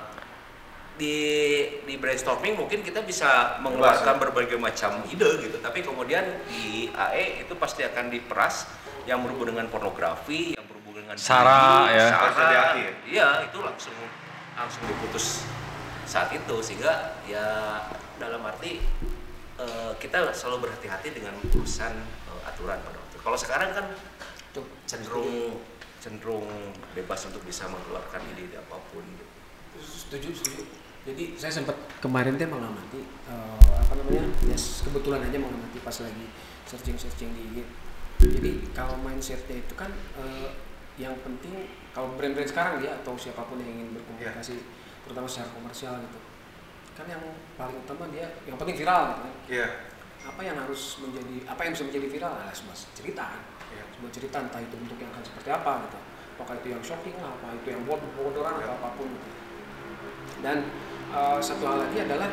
di brainstorming mungkin kita bisa mengeluarkan berbagai macam ide gitu, tapi kemudian di AE itu pasti akan diperas yang berhubungan dengan pornografi, yang berhubungan dengan Sara ya. Iya, itu langsung diputus saat itu, sehingga ya dalam arti kita selalu berhati-hati dengan urusan aturan pada waktu. Kalau sekarang kan cenderung bebas untuk bisa mengeluarkan ide apapun. Setuju. Jadi saya sempat kemarin mengamati kebetulan aja mengamati pas lagi searching di IG. Jadi kalau mindsetnya itu kan yang penting kalau brand-brand sekarang ya atau siapapun yang ingin berkomunikasi terutama secara komersial gitu kan yang paling utama dia yang penting viral gitu kan. Apa yang bisa menjadi viral adalah sebuah cerita kan. Sebuah cerita entah itu bentuk yang akan seperti apa gitu. Apakah itu yang shocking lah, apa itu yang bodoh-bodohan atau apapun gitu. Dan satu hal lagi adalah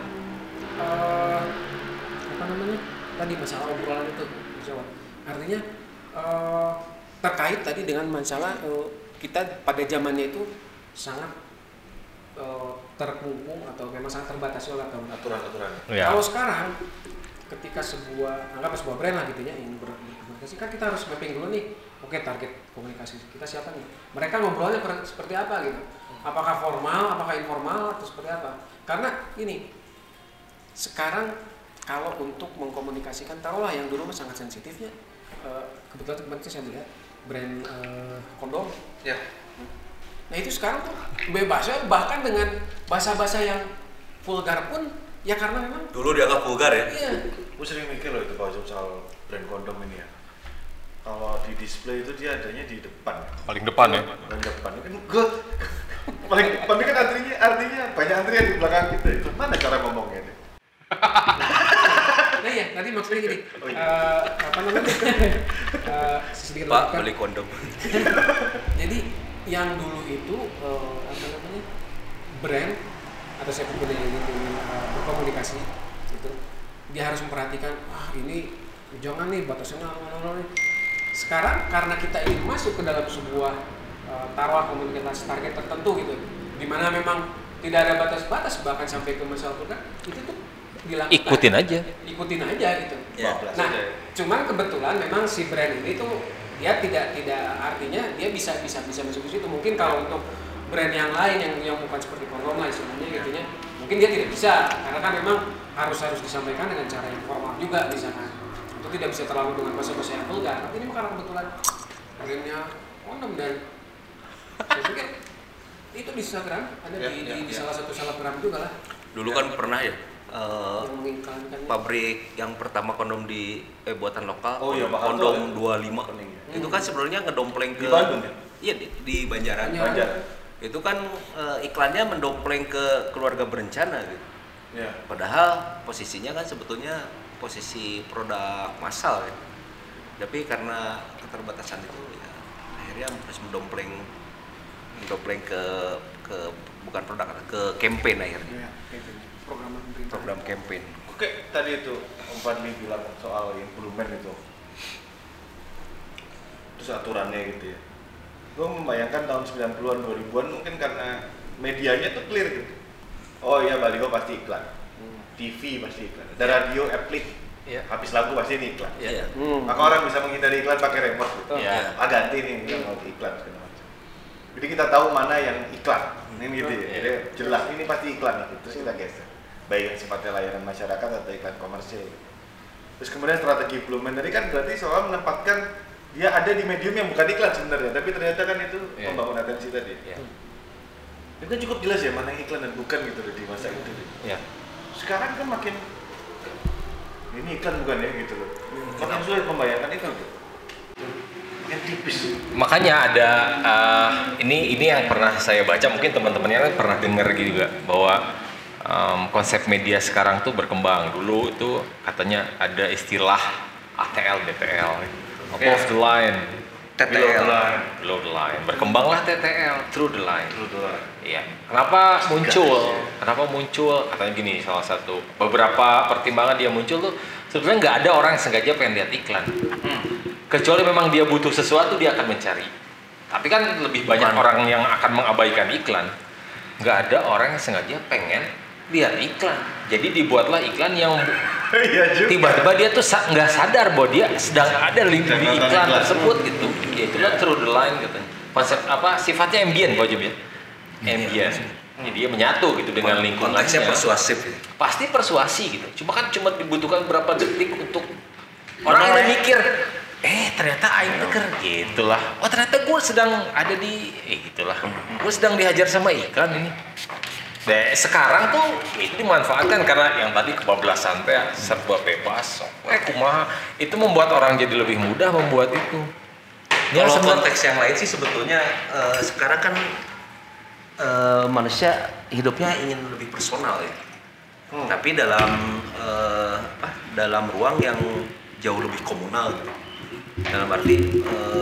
tadi masalah obrolan itu jawab. Artinya terkait tadi dengan masalah kita pada zamannya itu sangat terkungkung atau memang sangat terbatasi oleh aturan-aturan. Kalau sekarang ketika sebuah brand lah gitu ya yang berkomunikasi kan kita harus mapping dulu nih. Oke, target komunikasi kita siapa nih? Mereka ngobrolnya seperti apa gitu? Apakah formal, apakah informal atau seperti apa? Karena ini sekarang kalau untuk mengkomunikasikan taruhlah yang dulu sangat sensitifnya kebetulan kemarin saya melihat brand kondom. Nah itu sekarang tuh bebasnya bahkan dengan bahasa-bahasa yang vulgar pun ya karena memang dulu dianggap vulgar ya. Iya. Gue sering mikir loh itu Pak Jom soal brand kondom ini ya. Kalau di display itu dia adanya di depan. Paling depan ya. Paling depan kan gue paling depan kan artinya banyak antrian di belakang kita. Itu mana cara ngomongnya nih? Nah ya, tadi maksudnya gini. Sedikit Pak beli kondom. Jadi yang dulu itu brand atau siapapun yang ingin berkomunikasi itu dia harus memperhatikan ini jangan nih batasnya sekarang karena kita ingin masuk ke dalam sebuah taruh komunikasi target tertentu gitu di mana memang tidak ada batas-batas bahkan sampai ke masalah kan itu tuh dilakukan ikutin aja gitu. Nah cuman kebetulan memang si brand ini tuh dia tidak artinya dia bisa masuk ke situ. Mungkin kalau untuk brand yang lain yang bukan seperti kondom lah istilahnya gitu ya, mungkin dia tidak bisa karena kan memang harus disampaikan dengan cara yang formal juga misalkan. Itu tidak bisa terlalu dengan bahasa-bahasa yang vulgar. Tapi ini karena kebetulan brandnya kondom dan saya pikir itu di Instagram ada di salah satu selebgram juga lah. Dulu kan pernah ya pabrik yang pertama kondom di buatan lokal, kondom 25. Itu kan sebenarnya ngedompleng ke di Bandung ya? Iya di Banjaran. Itu kan iklannya mendompleng ke keluarga berencana gitu. Padahal posisinya kan sebetulnya posisi produk massal ya. Tapi karena keterbatasan itu ya akhirnya harus mendompleng ke bukan produk, ke campaign akhirnya. Program campaign. Oke, tadi itu Om Fadli bilang soal implement itu. Terus aturannya gitu ya. Gue membayangkan tahun 90-an, 2000-an mungkin karena medianya tuh clear gitu. Oh iya, baliho pasti iklan. TV pasti iklan. Ada radio, aplik. Habis lagu pasti ini iklan. Maka orang bisa menghindari iklan pakai remote gitu. Ganti nih yang mau iklan segala macam. Jadi kita tahu mana yang iklan. Ini gitu ya. Jadi jelas ini pasti iklan gitu. Terus kita geser. Baik yang sifatnya layanan masyarakat atau iklan komersil. Terus kemudian strategi implement tadi kan berarti soal menempatkan dia ada di medium yang bukan iklan sebenarnya, tapi ternyata kan itu membangun atensi tadi. Itu kan cukup jelas ya mana yang iklan dan bukan gitu loh di masa itu. Sekarang kan makin ini iklan bukan ya gitu loh. Makin sulit membayangkan itu gitu. Yang tipis. Makanya ada ini yang pernah saya baca, mungkin teman-temannya kan pernah dengar juga bahwa konsep media sekarang tuh berkembang. Dulu itu katanya ada istilah ATL, DTL, above the line, TTL, below the line. Berkembanglah TTL, through the line. Iya. Kenapa muncul? Katanya gini, salah satu beberapa pertimbangan dia muncul tuh sebenarnya nggak ada orang yang sengaja pengen lihat iklan. Kecuali memang dia butuh sesuatu dia akan mencari. Tapi kan lebih banyak orang yang akan mengabaikan iklan. Nggak ada orang yang sengaja pengen lihat iklan. Jadi dibuatlah iklan yang tiba-tiba dia tuh nggak sadar bahwa dia sedang ada di iklan tersebut gitu. Ya itulah through the line gitu. Konsep sifatnya ambient Pak Jum ya. Ambient. Jadi dia menyatu gitu dengan lingkungannya. Konteksnya persuasif. Pasti persuasi gitu. Cuma dibutuhkan berapa detik untuk orang yang mikir ternyata aing teker gitulah. Oh ternyata gue sedang ada di gitulah. Gue sedang dihajar sama iklan ini. Sekarang tuh itu dimanfaatkan karena yang tadi kebablasan teh serba bebas. Kumaha itu membuat orang jadi lebih mudah membuat itu. Kalau konteks yang lain sih sebetulnya sekarang kan manusia hidupnya ingin lebih personal ya. Tapi dalam ruang yang jauh lebih komunal gitu. Dalam arti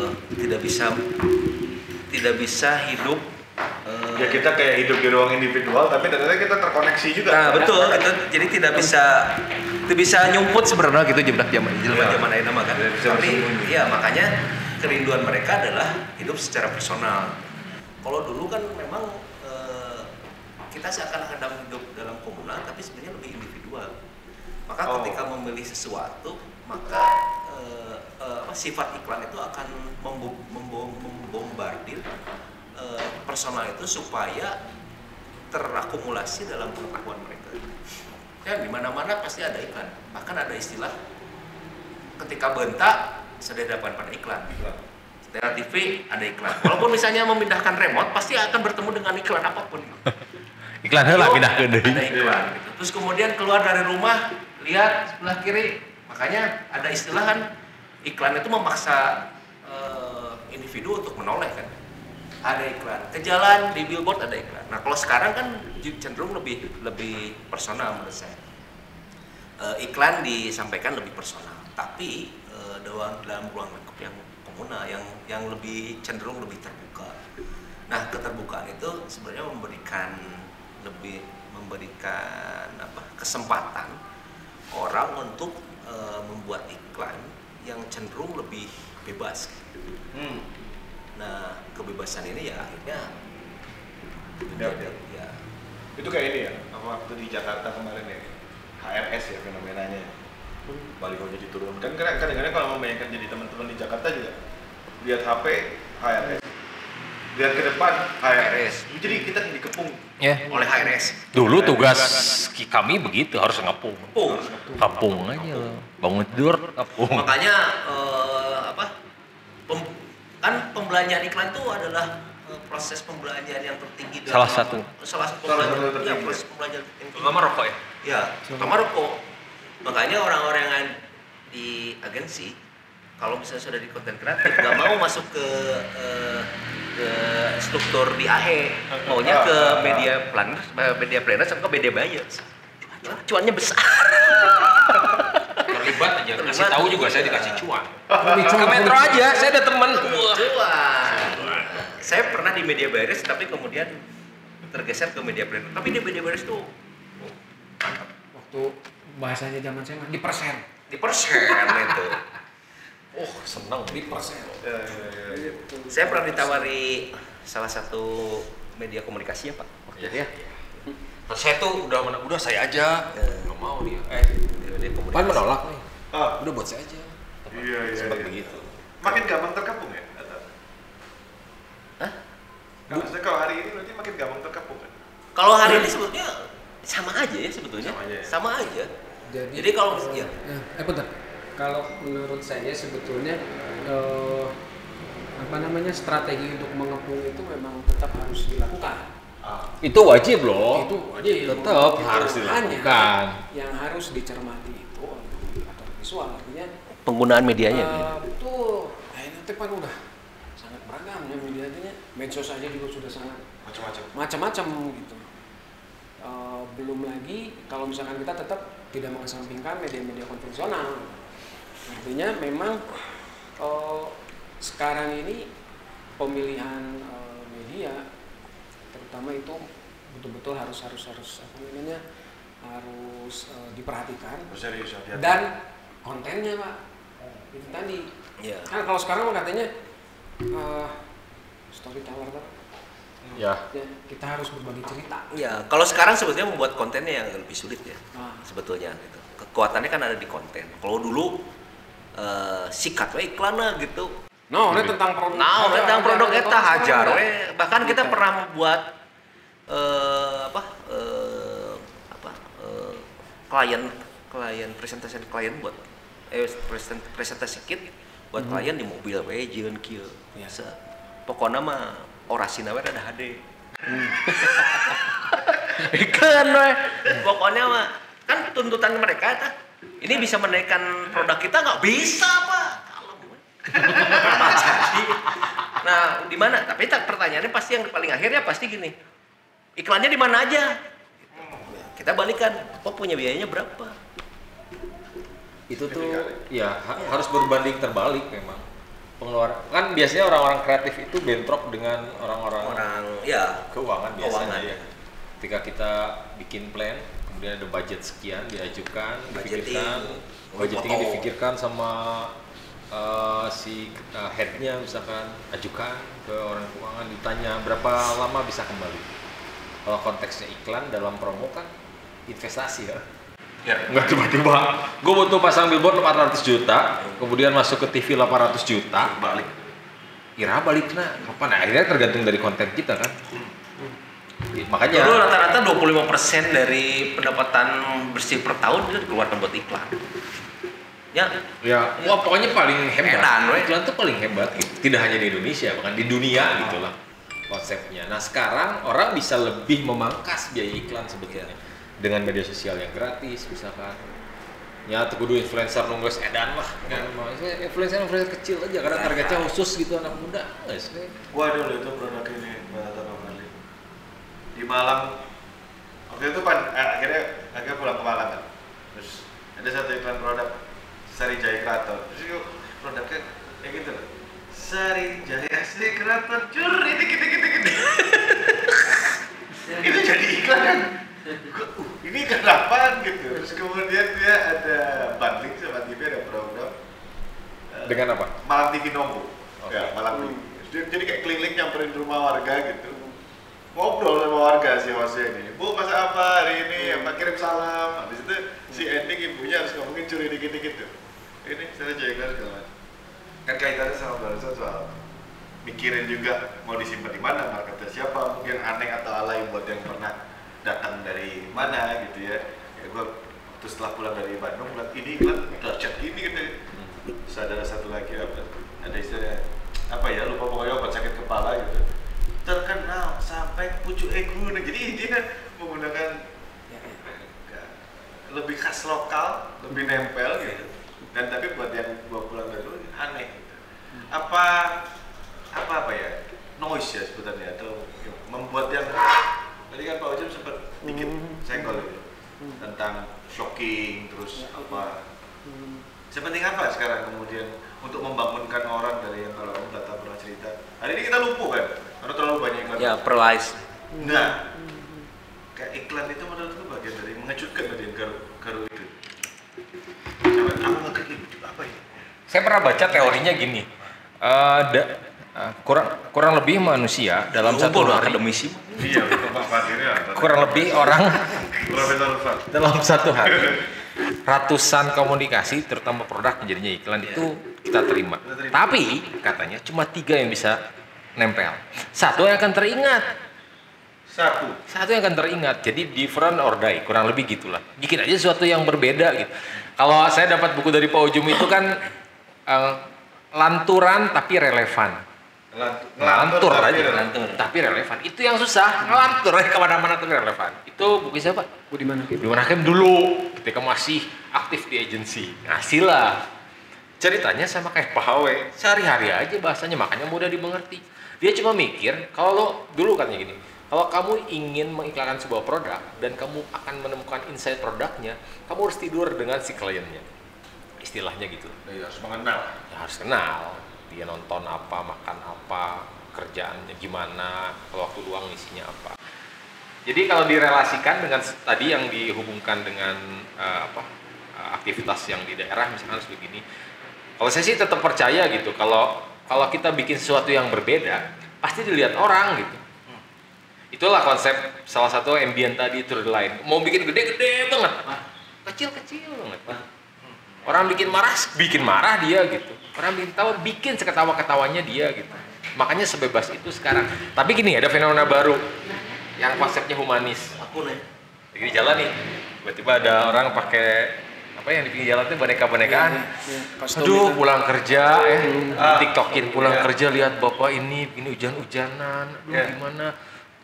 tidak bisa hidup ya kita kayak hidup di ruang individual tapi ternyata kita terkoneksi juga. Nah, betul. Jadi tidak bisa nyumput sebenarnya gitu zaman ayeuna mah kan. Tapi ya makanya kerinduan mereka adalah hidup secara personal. Kalau dulu kan memang kita seakan-akan hidup dalam komunal tapi sebenarnya lebih individual. Maka ketika memilih sesuatu, maka sifat iklan itu akan membombardir personal itu supaya terakumulasi dalam pengetahuan mereka. Ya di mana-mana pasti ada iklan. Bahkan ada istilah ketika bentak sedadapan pada iklan. Setelah TV ada iklan. Walaupun misalnya memindahkan remote pasti akan bertemu dengan iklan apapun. Iklan heula pindahkeun deui. Ada iklan gitu. Terus kemudian keluar dari rumah lihat sebelah kiri. Makanya ada istilah kan iklan itu memaksa individu untuk menoleh kan. Ada iklan. Ke jalan di billboard ada iklan. Nah, kalau sekarang kan cenderung lebih personal menurut saya. Iklan disampaikan lebih personal, tapi dalam ruang lingkup yang komunal yang lebih cenderung lebih terbuka. Nah, keterbukaan itu sebenarnya memberikan kesempatan orang untuk membuat iklan yang cenderung lebih bebas. Nah, kebebasan ini ya akhirnya ya. Itu kayak ini ya, waktu di Jakarta kemarin ya, HRS ya fenomenanya. Balihonya diturunkan. Kadang-kadang kalau membayangkan jadi teman-teman di Jakarta juga lihat HP HRS, lihat ke depan HRS. Jadi kita dikepung oleh HRS. Dulu tugas kami begitu, harus ngepung. Ngepung aja loh. Bangun tidur ngepung. Makanya kan pembelanjaan iklan itu adalah proses pembelanjaan yang tertinggi salah satu pembelanjaan. Ya, proses pembelanjaan terutama rokok ya. Ya, terutama rokok. Makanya orang-orang yang di agensi kalau misalnya sudah di konten kreatif nggak mau masuk ke struktur di AHE, maunya ke media planner sama ke media buyers. Cuannya besar. Terlibat aja, kasih tahu juga saya dikasih cuan. Ke Metro aja, saya ada teman. Saya pernah di media buyers tapi kemudian tergeser ke media planner. Tapi di media buyers tuh waktu bahasanya zaman saya di persen itu. Seneng di persen. Saya pernah ditawari salah satu media komunikasi ya Pak. Ya. Saya tuh udah saya aja. Nggak mau dia. Pan menolak nih. Udah buat saya aja. Iya. Sempat begitu. Makin gampang terkepung ya? Hah? Kalau hari ini berarti makin gampang terkepung kan? Kalau hari ini sebetulnya sama aja ya sebetulnya. Sama aja. Jadi kalau ya. Bentar. Kalau menurut saya sebetulnya strategi untuk mengepung itu memang tetap harus dilakukan. Itu wajib loh. Itu wajib. Tetap harus dilakukan. Yang harus dicermati itu atau visual artinya Penggunaan medianya. Betul. Nanti kan udah sangat beragam ya medianya. Medsos aja juga sudah sangat macam-macam gitu. Belum lagi kalau misalkan kita tetap tidak mengesampingkan media-media konvensional. Artinya memang sekarang ini pemilihan media terutama itu betul-betul harus diperhatikan. Serius, dan kontennya Pak itu tadi. Ya. Kan kalau sekarang katanya storyteller kan. Ya, kita harus berbagi cerita. Ya, kalau sekarang sebetulnya membuat kontennya yang lebih sulit ya. Sebetulnya gitu. Kekuatannya kan ada di konten. Kalau dulu sikat iklan lah gitu. Tentang produk eta hajar we. Bahkan kita pernah membuat klien buat presentasi kit buat klien di mobil we jeung kieu. Pokona mah orasina we rada hade. Iklan we. Pokoknya mah kan tuntutan mereka ta. Ini bisa menaikkan produk kita nggak bisa Pak. Kalem. Jadi, nah di mana? Tapi pertanyaannya pasti yang paling akhirnya pasti gini. Iklannya di mana aja? Kita balikan. Oh punya biayanya berapa? Itu tuh ya harus berbanding terbalik memang. Pengeluaran kan biasanya orang-orang kreatif itu bentrok dengan orang-orang keuangan biasanya ya. Ketika kita bikin plan, kemudian ada budget sekian diajukan, dipikirkan, budgeting difikirkan sama si headnya misalkan, ajukan ke orang keuangan, ditanya berapa lama bisa kembali. Kalau konteksnya iklan dalam promo kan investasi ya. Nggak tiba-tiba gue butuh pasang billboard 400 juta kemudian masuk ke TV 800 juta balik balik kapan? Nah, akhirnya tergantung dari konten kita kan. Makanya dulu rata-rata 25% dari pendapatan bersih per tahun itu dikeluarkan buat iklan ya wah pokoknya paling hebat Edan, iklan tuh paling hebat gitu. Tidak hanya di Indonesia bahkan di dunia gitulah konsepnya. Nah sekarang orang bisa lebih memangkas biaya iklan sebetulnya dengan media sosial yang gratis misalkan ya kudu influencer nunggus edan lah kan influencer kecil aja karena targetnya khusus gitu anak muda guys. Gua dulu itu produk ini di Malang waktu itu kan akhirnya pulang ke Malang kan terus ada satu iklan produk Sari Jaya Kreator terus itu produknya kayak gitu loh Sari Jaya asli kreator curi gitu itu jadi iklan kan ini kenapa gitu terus kemudian dia ada bundling sama TV ada program dengan apa? Malang TV Nonggo ya Malang TV jadi kayak keliling nyamperin rumah warga gitu ngobrol sama warga si hostnya ini Bu masak apa hari ini apa kirim salam habis itu si ending ibunya harus ngomongin curi dikit-dikit tuh ini saya jaga segala kan kaitannya sama barusan soal mikirin juga mau disimpan di mana marketnya siapa mungkin aneh atau alay buat yang pernah datang dari mana gitu ya gue terus setelah pulang dari Bandung bilang ini iklan dahsyat gini gitu terus ada satu lagi ada istilah apa ya lupa pokoknya obat sakit kepala gitu terkenal sampai pucuk gunung jadi dia menggunakan lebih khas lokal lebih nempel gitu dan tapi buat yang gua pulang dari dulu aneh gitu apa ya noise ya sebenarnya atau membuat yang tadi kan Pak Ujum sempat dikit senggol itu tentang shocking terus apa sepenting apa sekarang kemudian untuk membangunkan orang dari yang kalau Om Tata pernah cerita hari ini kita lumpuh kan karena terlalu banyak iklan ya perlais nah kayak iklan itu menurutku bagian dari mengejutkan bagian garu itu aku nggak gitu apa ya saya pernah baca teorinya gini kurang lebih manusia dalam satu hari akademisi iya Pak Fadirnya kurang lebih orang Profesor dalam satu hari ratusan komunikasi terutama produk menjadinya iklan itu kita terima. Tapi katanya cuma 3 yang bisa nempel. Satu yang akan teringat. Satu yang akan teringat. Jadi different or die, kurang lebih gitulah. Bikin aja sesuatu yang berbeda gitu. Kalau saya dapat buku dari Pak Ujum itu kan lanturan tapi relevan. Ngelantur aja, tapi relevan. Itu yang susah, ngelantur kemana-mana tapi relevan. Itu buku siapa? Budiman Hakim dulu, ketika masih aktif di agensi. Ngasih lah. Ceritanya sama kayak Pak Hawe, sehari-hari aja bahasanya, makanya mudah dimengerti. Dia cuma mikir, kalau dulu katanya gini, kalau kamu ingin mengiklankan sebuah produk dan kamu akan menemukan insight produknya, kamu harus tidur dengan si kliennya. Istilahnya gitu. Ya, harus mengenal. Ya, harus kenal. Dia nonton apa, makan apa, kerjaannya gimana, kalau waktu luang isinya apa. Jadi kalau direlasikan dengan tadi yang dihubungkan dengan aktivitas yang di daerah misalkan harus begini. Kalau saya sih tetap percaya gitu, kalau kita bikin sesuatu yang berbeda, pasti dilihat orang gitu. Itulah konsep salah satu ambient tadi itu lain. Mau bikin gede-gede banget, kecil-kecil banget. Orang bikin marah dia gitu. Orang bikin tawa, bikin seketawa-ketawanya dia gitu. Makanya sebebas itu sekarang. Tapi gini, ada fenomena baru yang konsepnya humanis. Aku nih. Lagi di jalan nih, tiba-tiba ada orang pakai apa yang di pinggir jalan itu boneka-bonekaan. Aduh, pulang kerja TikTokin pulang kerja lihat bapak ini hujan-hujanan. Aduh, gimana?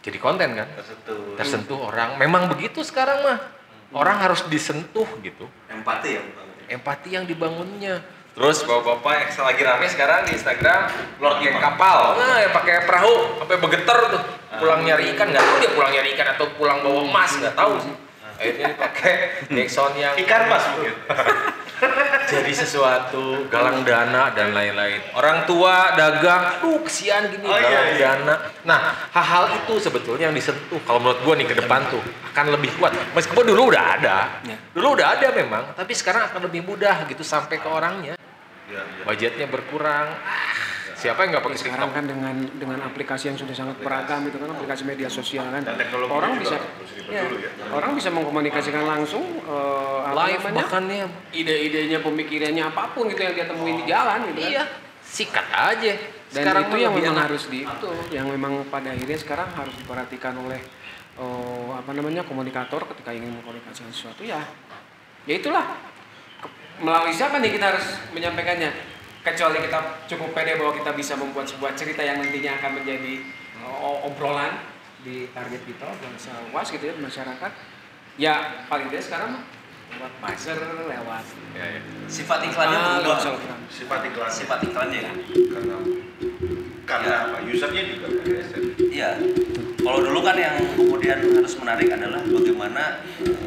jadi konten kan. Tersentuh. Orang. Memang begitu sekarang mah. Orang harus disentuh gitu. Empati ya. Empati yang dibangunnya. Terus bapak-bapak yang lagi rame sekarang di Instagram pakai kapal, pakai perahu sampai bergetar tuh. Pulang nyari ikan, nggak tahu dia pulang nyari ikan atau pulang bawa emas, nggak tahu sih. Akhirnya pakai backsound yang Ikan mas mungkin. jadi sesuatu, galang dana dan lain-lain. Orang tua dagang, aduh kesian gini, galang dana. Nah, hal-hal itu sebetulnya yang disentuh. Kalau menurut gua nih ke depan tuh akan lebih kuat. Meskipun dulu udah ada, memang, tapi sekarang akan lebih mudah gitu sampai ke orangnya. Budgetnya berkurang. Siapa yang nggak pakai Sekarang TikTok? kan dengan aplikasi yang sudah sangat beragam itu kan, aplikasi media sosial kan, Dan teknologi orang juga bisa harus diperlukan ya. orang bisa mengkomunikasikan langsung Live bahkan ya. ide-idenya, pemikirannya apapun gitu yang dia temuin di jalan gitu kan. Iya, sikat aja. Dan Sekarang itu mah yang lebih memang enak. harus yang memang pada akhirnya sekarang harus diperhatikan oleh komunikator ketika ingin mengkomunikasikan sesuatu ya itulah melalui siapa nih kita harus menyampaikannya, kecuali kita cukup pede bahwa kita bisa membuat sebuah cerita yang nantinya akan menjadi obrolan di target kita, bangsa luas gitu ya, masyarakat. Ya paling tidak sekarang buat buzzer lewat Sifat iklannya berubah. Sifat iklannya ya. Karena apa? Usernya juga bergeser. Iya. Kalau dulu kan yang kemudian harus menarik adalah bagaimana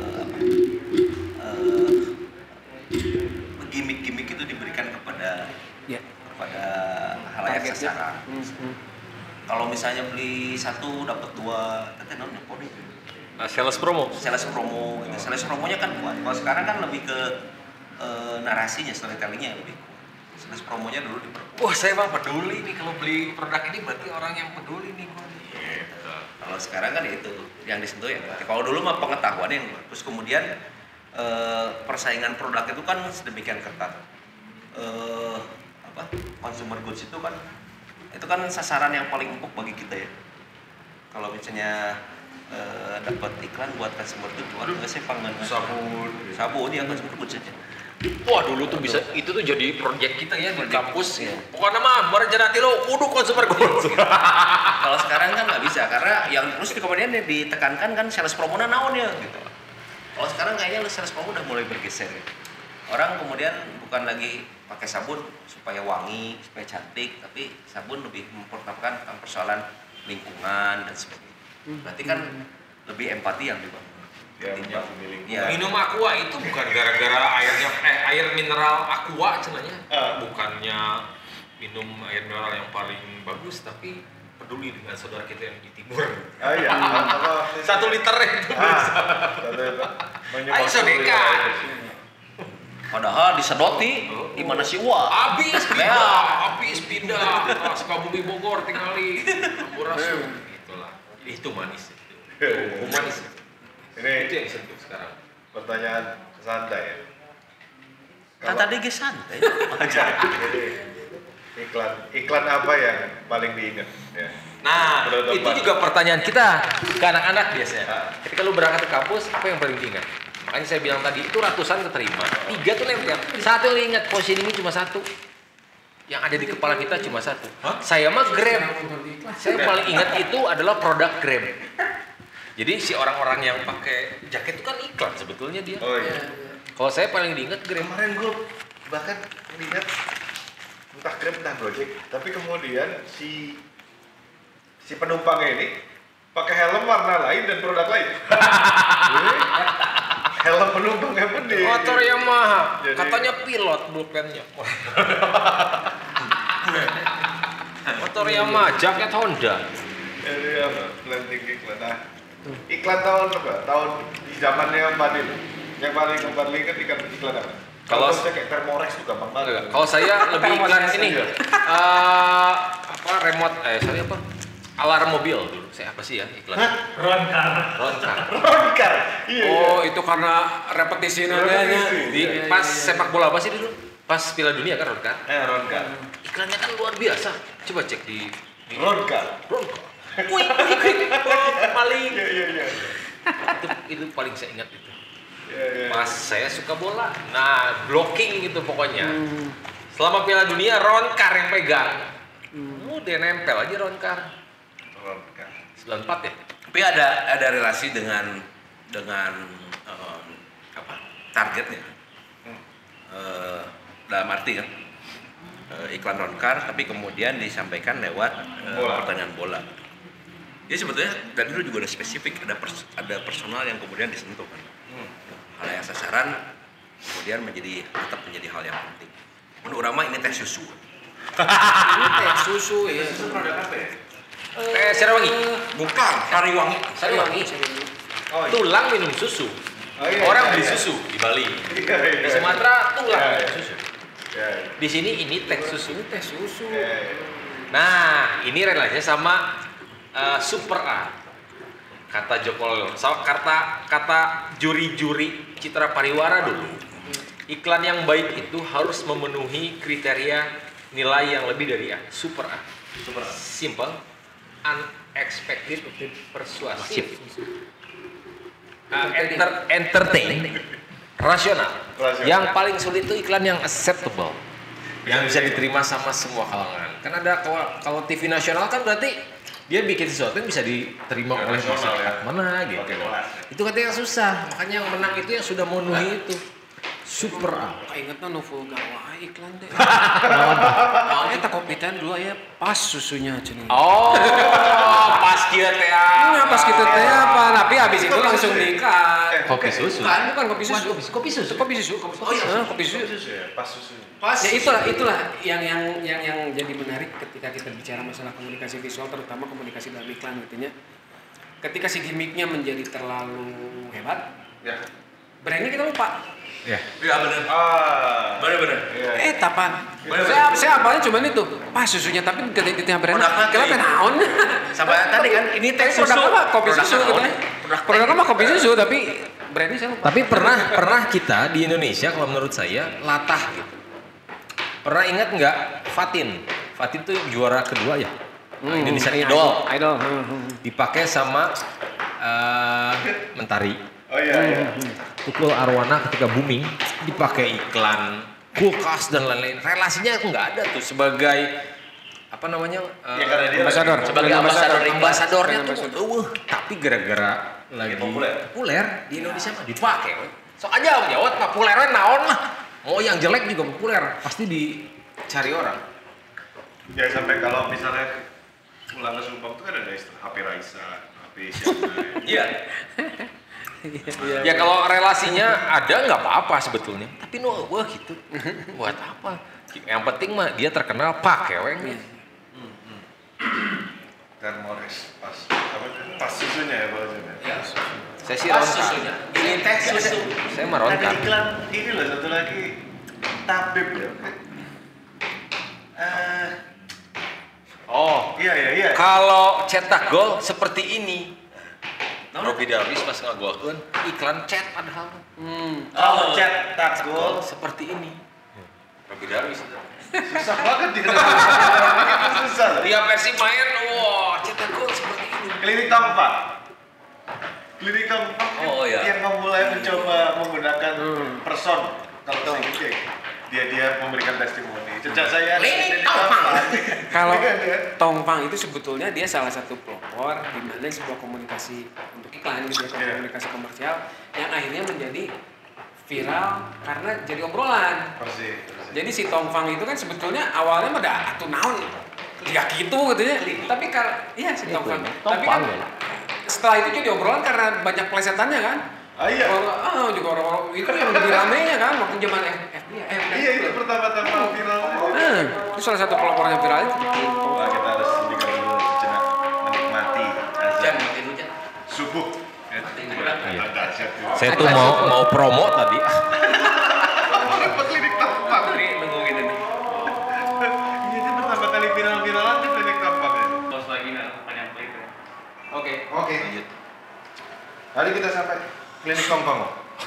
gimmick-gimmick itu diberikan kepada halayak sasaran. Kalau misalnya beli satu dapat dua, kan namanya kode. Sales promo. Sales promo, gitu. Sales promonya kan kuat. Kalau sekarang kan lebih ke narasinya, storytellingnya lebih kuat. Sales promonya dulu diperkuat. Wah, saya mah peduli nih kalau beli produk ini, berarti orang yang peduli nih gua. Kalau sekarang kan itu yang disentuh ya. Kalau dulu mah pengetahuan yang terus kemudian persaingan produk itu kan sedemikian ketat. Consumer goods itu kan sasaran yang paling empuk bagi kita ya. Kalau misalnya dapat iklan buat consumer goods, waduh nggak sih pangan sabun ya consumer goods saja. Wah, dulu tuh bisa itu tuh jadi proyek kita ya di kampus. Pokoknya mah merencanakan lo kudu consumer goods. Kalau sekarang kan nggak bisa karena yang terus kemudian ditekankan kan sales promo naon ya gitu. Kalau sekarang kayaknya sales promo udah mulai bergeser ya. Orang kemudian bukan lagi pakai sabun supaya wangi, supaya cantik, tapi sabun lebih memperhatikan tentang persoalan lingkungan dan sebagainya. Berarti kan lebih empati yang dibangun. Ya. Minum aqua itu bukan gara-gara air mineral aqua cenanya. Bukannya minum air mineral yang paling bagus, tapi peduli dengan saudara kita yang di timur. Iya. 1 liter itu. Ayo sedeka. Padahal disedoti di mana sih Habis pindah. Sukabumi Bogor tinggali. Amburasung gitulah. Itu manis itu. Manis. Ini Itu yang sentuh sekarang. pertanyaan santai ya. Kan tadi ge santai. Iklan apa yang paling diingat ya? Nah, Menurut itu Bapak. juga pertanyaan kita ke anak-anak biasanya. Ketika lu berangkat ke kampus, apa yang paling diingat? Makanya saya bilang tadi, itu ratusan keterima, 3 tuh nempel. 1 yang ingat, positioning cuma 1. Yang ada di kepala kita cuma 1. Saya mah Grab. Saya paling ingat itu adalah produk Grab. Jadi si orang-orang yang pakai jaket itu kan iklan sebetulnya dia. Oh iya. Kalau saya paling diingat Grab. Kemarin gue bahkan lihat entah Grab entah Gojek, tapi kemudian si penumpangnya ini pakai helm warna lain dan produk lain. Helm penumpangnya pun di Motor Yamaha, Jadi- katanya pilot bullpennya. Motor Yamaha, jaket Honda. Jadi apa? Planting iklan. Nah, iklan tahun apa? Tahun di zamannya Mbak Din. Yang paling ingat iklan apa? Kalau- Kalau kayak Thermorex juga gampang banget. Kalau saya lebih iklan ini, remote, sorry apa? Alarm mobil dulu. Saya apa sih ya iklan? Roncar. Roncar. Iya. Oh, itu karena repetisi nadanya. Di pas sepak bola apa sih dulu? Pas Piala Dunia kan Roncar. Roncar. Iklannya kan luar biasa. Coba cek di Roncar. Roncar. Wih, paling. Iya. Itu paling saya ingat itu. Iya. Pas saya suka bola. Nah, blocking itu pokoknya. Selama Piala Dunia Roncar yang pegang. Dia nempel aja Roncar. Roncar. 94 ya? Tapi ada relasi dengan targetnya. Dalam arti kan iklan Roncar tapi kemudian disampaikan lewat pertandingan bola. Jadi sebetulnya dari dulu juga udah spesifik, ada personal yang kemudian disentuh kan. Hal yang sasaran kemudian tetap menjadi hal yang penting. Menurut orang mah ini teh susu. Ini teh susu ya. Susu produk apa ya? Sariwangi. Bukan, Sariwangi. Sariwangi. Oh, iya. Tulang minum susu. Oh, iya, Orang iya, beli iya. susu di Bali. Iya. Di Sumatera tulang Iya, minum iya. susu. Ya. Di sini ini teh susu. Ini teh susu. Nah, ini relasinya sama Super A. Kata Joko, kata juri-juri Citra Pariwara dulu. Iklan yang baik itu harus memenuhi kriteria nilai yang lebih dari A. Super A. Simple, unexpected, persuasif, entertain, rasional. Yang paling sulit itu iklan yang acceptable, yang bisa diterima sama semua kalangan. Kan ada kalau TV nasional kan berarti dia bikin sesuatu yang bisa diterima oleh masyarakat mana gitu. Itu katanya susah, makanya yang menang itu yang sudah memenuhi itu. Super A. Ingatnya novel gawa iklan deh. Nah, eta kopitan dulu ya pas susunya cenah. Oh, pas kia teh. Nah, pas kita teh apa? Tapi habis itu langsung diikat. Kopi susu. Bukan kopi susu. Kopi susu. Kopi susu. Susu ya, pas susu. Ya itulah yang jadi menarik ketika kita bicara masalah komunikasi visual, terutama komunikasi dalam iklan gitu ya. Ketika si gimmicknya menjadi terlalu hebat, Ya. brandnya kita lupa. Ya. Iya benar. Benar. Iya. Tapan. Bener. Saya apalnya cuma itu, pas susunya tapi di tengah brand. Produknya Kita kayak- naon. Sampai tadi kan ini teh susu. Produk apa? Kopi Produk susu gitu naon? ya. Produk apa? Kopi susu tapi brandnya saya lupa. Tapi pernah kita di Indonesia kalau menurut saya latah gitu. Pernah ingat nggak Fatin? Fatin tuh juara kedua ya. Indonesia Idol. Idol. Dipakai sama Mentari. Oh iya. Tukul Arwana ketika booming dipakai iklan kulkas dan lain-lain. Relasinya nggak ada tuh sebagai apa namanya? Ya, karena dia ambasador. Sebagai ambasadornya Ambasador. tuh. Tapi gara-gara lagi populer di Indonesia mah dipakai. Sok aja Om Jawat populernya naon mah. Mau yang jelek juga populer, pasti dicari orang. Ya sampai kalau misalnya pulang ke Subang tuh kan ada istilah HP Raisa, HP siapa. Iya. Ya kalau relasinya ada nggak apa-apa sebetulnya. Tapi wah gitu. Buat apa? Yang penting mah dia terkenal pakai weng. Termores pas apa? Pas susunya ya bahasanya. Ya. Saya sih Pas ronkan. susunya. Ini teh susu. Saya mah Ada ronkan. iklan ini loh satu lagi Tabib ya. Oh, Iya. kalau cetak gol seperti ini. Robi Darwis pas ngagolkeun iklan cat padahal. Oh, cetak gol. Seperti ini. Robi Darwis itu. Susah banget dia. Susah loh. Dia versi main, wah cetak gol seperti ini. Klinik Tampak. Klinik Tampak Oh, iya. yang memulai mencoba menggunakan person kalau saya dia memberikan testimoni. Sejak saya Klinik Klinik Tampak. Kalau Iya, iya. Tongpang itu sebetulnya dia salah satu pelopor di mana sebuah komunikasi untuk iklan gitu ya, Iya. komunikasi komersial yang akhirnya menjadi viral karena jadi obrolan. Persis. Jadi si Tongfang itu kan sebetulnya awalnya mah dah atuh naon. Ya gitu katanya. Tapi kalau iya si Tongfang. Tapi kan setelah itu jadi obrolan karena banyak plesetannya kan. Ah iya. Juga orang-orang itu yang jadi ramenya kan waktu zaman FB ya. Iya itu pertama-tama viral. Itu salah satu pelopornya viral itu. Wah, kita harus juga dulu sejenak menikmati azan Matiin hujan. subuh. Iya. Dahsyat itu. Saya tuh mau promo tadi. Apa Klinik Tampak? Ini nungguin ini. Iya itu pertama kali viral-viralan di Klinik Tampak ya. Bos lagi panjang itu. Oke. Oke. Lanjut. Mari kita sampai Klinik Tampak.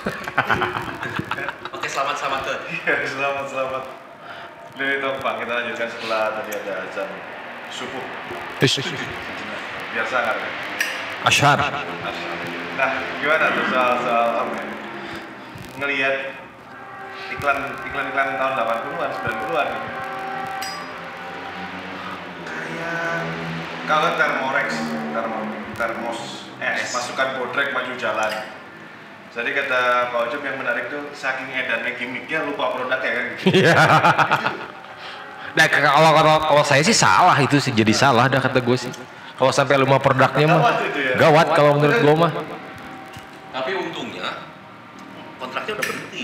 Oke, selamat tuh. Iya, selamat. Klinik Tampak kita lanjutkan setelah tadi ada azan subuh. Biar sangar kan. Asyhar. Nah, gimana tuh soal apa ya? Ngelihat iklan tahun 80-an, 90-an gitu. Kayak Kalau termos pasukan bodrek maju jalan. Jadi kata Pak Ujum yang menarik tuh saking edannya gimmicknya lupa produknya kan gitu. Iya. Nah kalau saya sih salah itu sih jadi salah dah kata gue sih. Kalau sampai lupa produknya mah gawat kalau menurut gue mah. Tapi untungnya kontraknya udah berhenti.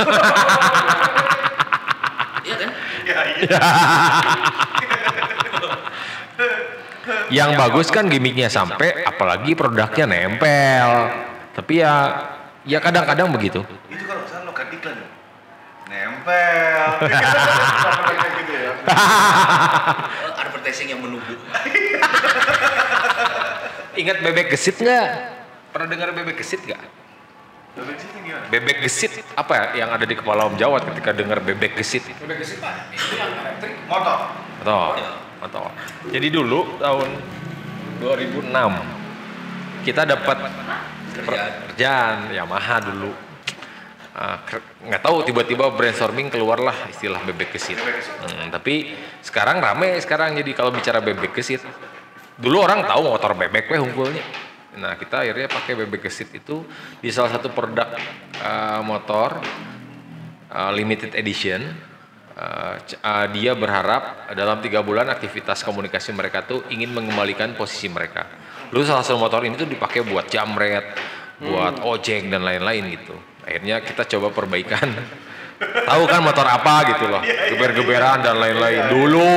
Iya kan? Iya. Yang bagus kan gimmicknya sampai, apalagi produknya nempel. Tapi ya kadang-kadang begitu. Itu kalau misalnya logat iklan nempel. Gitu ya. Advertising yang menunggu. Ingat bebek gesit nggak? Pernah dengar bebek gesit nggak? Bebek gesit gimana? Bebek gesit apa ya yang ada di kepala Om Jawat ketika dengar bebek gesit? Bebek gesit Pak, itu yang elektrik. Motor. Atau. Jadi dulu tahun 2006 kita dapat kerjaan Yamaha dulu. Nggak tahu tiba-tiba brainstorming keluarlah istilah bebek gesit. Tapi sekarang rame jadi kalau bicara bebek gesit. Dulu orang tahu motor bebek unggulnya. Nah kita akhirnya pakai bebek gesit itu di salah satu produk motor limited edition. Dia berharap dalam 3 bulan aktivitas komunikasi mereka tuh ingin mengembalikan posisi mereka. Dulu salah satu motor ini tuh dipakai buat jamret, buat ojek dan lain-lain gitu. Akhirnya kita coba perbaikan. Tahu kan motor apa gitu loh, geber-geberan dan lain-lain. Dulu.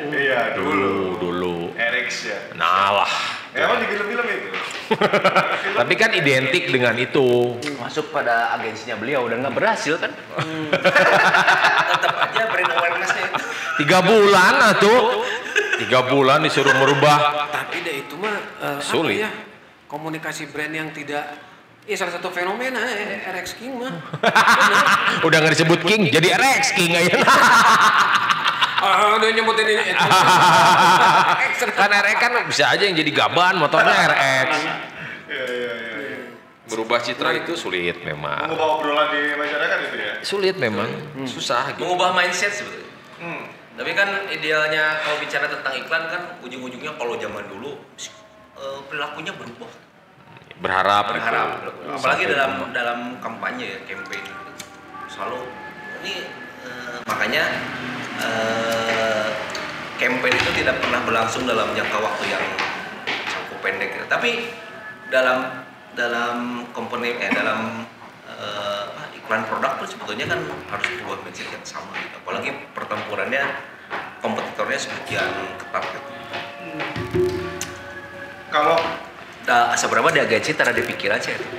RX ya. Nah lah. Emang di film-film itu. Tapi kan identik dengan itu. Masuk pada agensinya beliau dan nggak berhasil kan? Tetap aja brand awareness-nya itu. 3 bulan tuh. 3 bulan disuruh merubah. Tapi deh itu mah sulit. apa ya? Komunikasi brand yang tidak salah satu fenomena RX King mah. Udah nggak disebut King, jadi RX King aja. Udah nyebutin ini. Kan RX kan bisa aja yang jadi gaban, motornya RX. Berubah citra itu sulit memang. Mengubah obrolan di masyarakat itu ya. Sulit memang, susah gitu. Mengubah mindset sebetulnya. Tapi kan idealnya kalau bicara tentang iklan kan ujung-ujungnya kalau zaman dulu perilakunya berubah. Berharap. Apalagi dalam kampanye ya, campaign gitu. Selalu ini makanya campaign itu tidak pernah berlangsung dalam jangka waktu yang cukup pendek gitu. Tapi dalam komponen dalam iklan produk tuh sebetulnya kan harus berubah mindset yang sama gitu. Apalagi pertempurannya kompetitornya sebagian ketat gitu. Kalau seberapa dia gaji tara dipikir aja itu.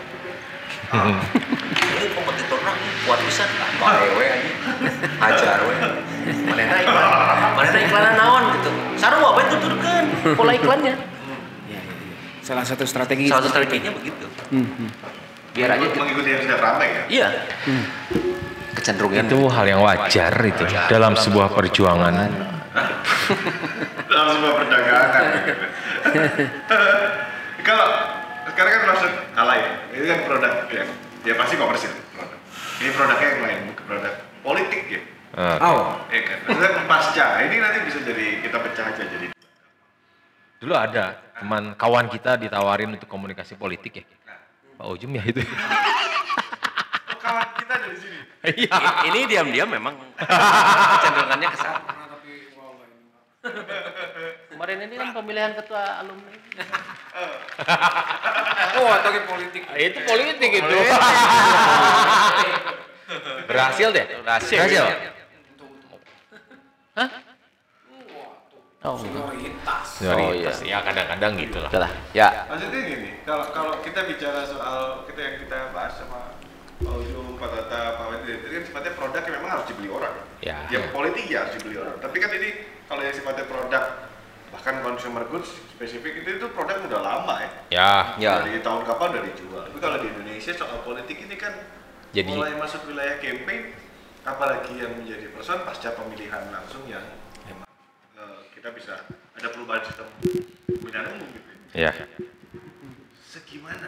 Ini kompetitornya kuat bisa apa we aja. Hajar we. Manehna iklanan naon gitu. Sarua apa itu turunkan pola iklannya. Salah satu strategi. Salah satu strateginya begitu. Biar aja mengikuti yang sudah ramai ya. Iya. Kecenderungan Itu hal yang wajar itu dalam sebuah perjuangan. Dalam sebuah perdagangan gitu. Kalau sekarang kan masuk alay, ini kan produk ya pasti komersil produk. Ini produknya yang lain, bukan produk politik ya. Ya kan. Maksudnya pasca ini nanti bisa jadi kita pecah aja jadi. Dulu ada teman kawan kita ditawarin untuk komunikasi politik ya. Pak Ujum ya itu. Kawan kita dari sini. ini diam-diam memang kecenderungannya ke sana. Kemarin ini kan pemilihan ketua alumni. Atau politik. Itu politik itu. Berhasil deh. Berhasil. Hah? Senioritas. Ya kadang-kadang gitu lah. Ya. Maksudnya gini, kalau kita bicara soal yang kita bahas sama Pak Ujum, Pak Tata, Pak Wendri, itu kan sifatnya produk yang memang harus dibeli orang. Ya. Yang politik ya harus dibeli orang. Tapi kan ini kalau yang sifatnya produk bahkan consumer goods spesifik itu produk udah lama ya. Dari tahun kapan udah dijual. Tapi kalau di Indonesia soal politik ini kan mulai masuk wilayah campaign, apalagi yang menjadi persoalan pasca pemilihan langsung yang kita bisa ada perubahan sistem pemilihan umum gitu. Ya. Segimana?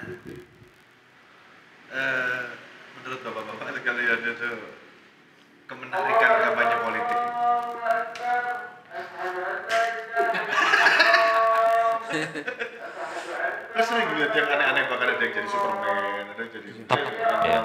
Menurut bapak-bapak sekali ada tuh kemenarikan kampanye politik. Terus sering lihat yang aneh-aneh, bahkan ada yang jadi Superman, ada yang jadi Ya.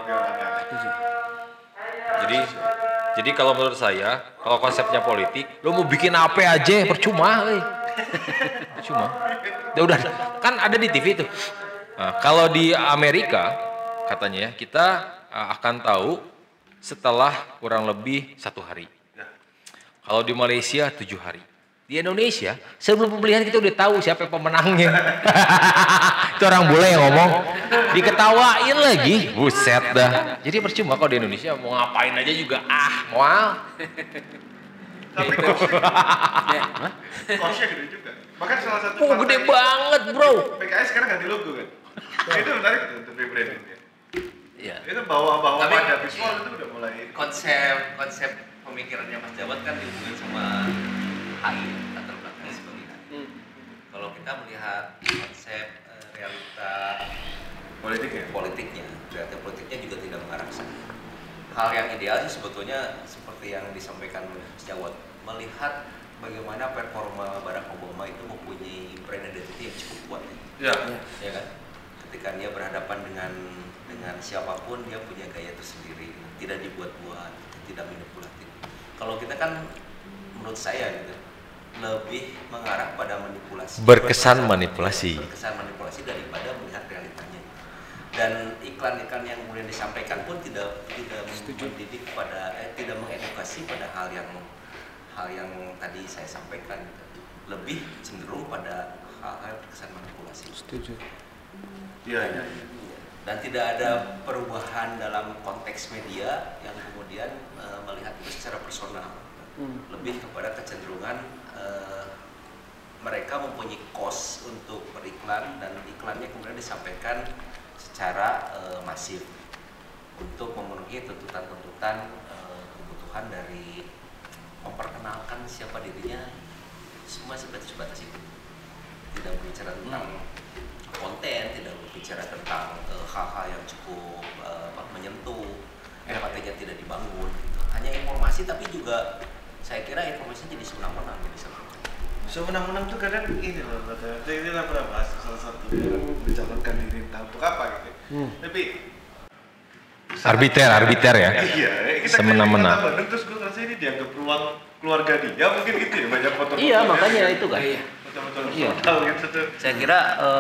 Jadi kalau menurut saya, kalau konsepnya politik, lo mau bikin apa aja percuma, percuma. Ya udah, kan ada di TV tuh. Nah, kalau di Amerika katanya ya, kita akan tahu setelah kurang lebih 1 hari. Kalau di Malaysia 7 hari. Di Indonesia sebelum pemilihan kita udah tahu siapa pemenangnya. Itu orang bule yang ngomong, diketawain lagi, buset dah. Jadi percuma kalau di Indonesia mau ngapain aja juga mual. Tapi kosnya gede juga. Bahkan salah satu Gede banget bro. PKS sekarang ganti logo kan. Itu menarik tuh untuk rebranding. Iya. Itu bawa Tapi, pada visual itu udah mulai. Konsep pemikirannya Mas Jawad kan dihubungin sama HI, latar belakangnya sebagai HI. Kalau kita melihat konsep realita politiknya juga tidak mengarah ke sana. Hal yang ideal sih sebetulnya seperti yang disampaikan Mas Jawad, melihat bagaimana performa Barack Obama itu mempunyai brand identity yang cukup kuat. Ya kan? Ketika dia berhadapan dengan siapapun, dia punya gaya tersendiri, tidak dibuat-buat, tidak manipulatif. Kalau kita kan menurut saya gitu lebih mengarah pada manipulasi. Berkesan manipulasi daripada melihat realitanya. Dan iklan-iklan yang kemudian disampaikan pun tidak mendidik pada tidak mengedukasi pada hal yang tadi saya sampaikan, gitu. Lebih cenderung pada hal-hal berkesan manipulasi. Setuju. Iya. Dan tidak ada perubahan dalam konteks media yang kemudian melihat itu secara personal. Lebih kepada kecenderungan mereka mempunyai cost untuk beriklan, dan iklannya kemudian disampaikan secara masif untuk memenuhi tuntutan-tuntutan kebutuhan dari memperkenalkan siapa dirinya, semua sebatas itu. Tidak berbicara tentang konten, tidak berbicara tentang hal-hal yang cukup menyentuh, empatinya tidak dibangun gitu. Hanya informasi, tapi juga saya kira informasinya jadi semenang-menang, jadi semenang-menang tuh kadang ini loh, ini lah pernah bahas salah satu mencalonkan diri entah untuk apa gitu. Tapi arbiter ya. Iya, kita semenang-menang. Terus gue ngerasa ini dianggap ruang keluarga dia, mungkin gitu ya, banyak foto. Iya, makanya itu kan. Foto-foto Iya. gitu. Saya kira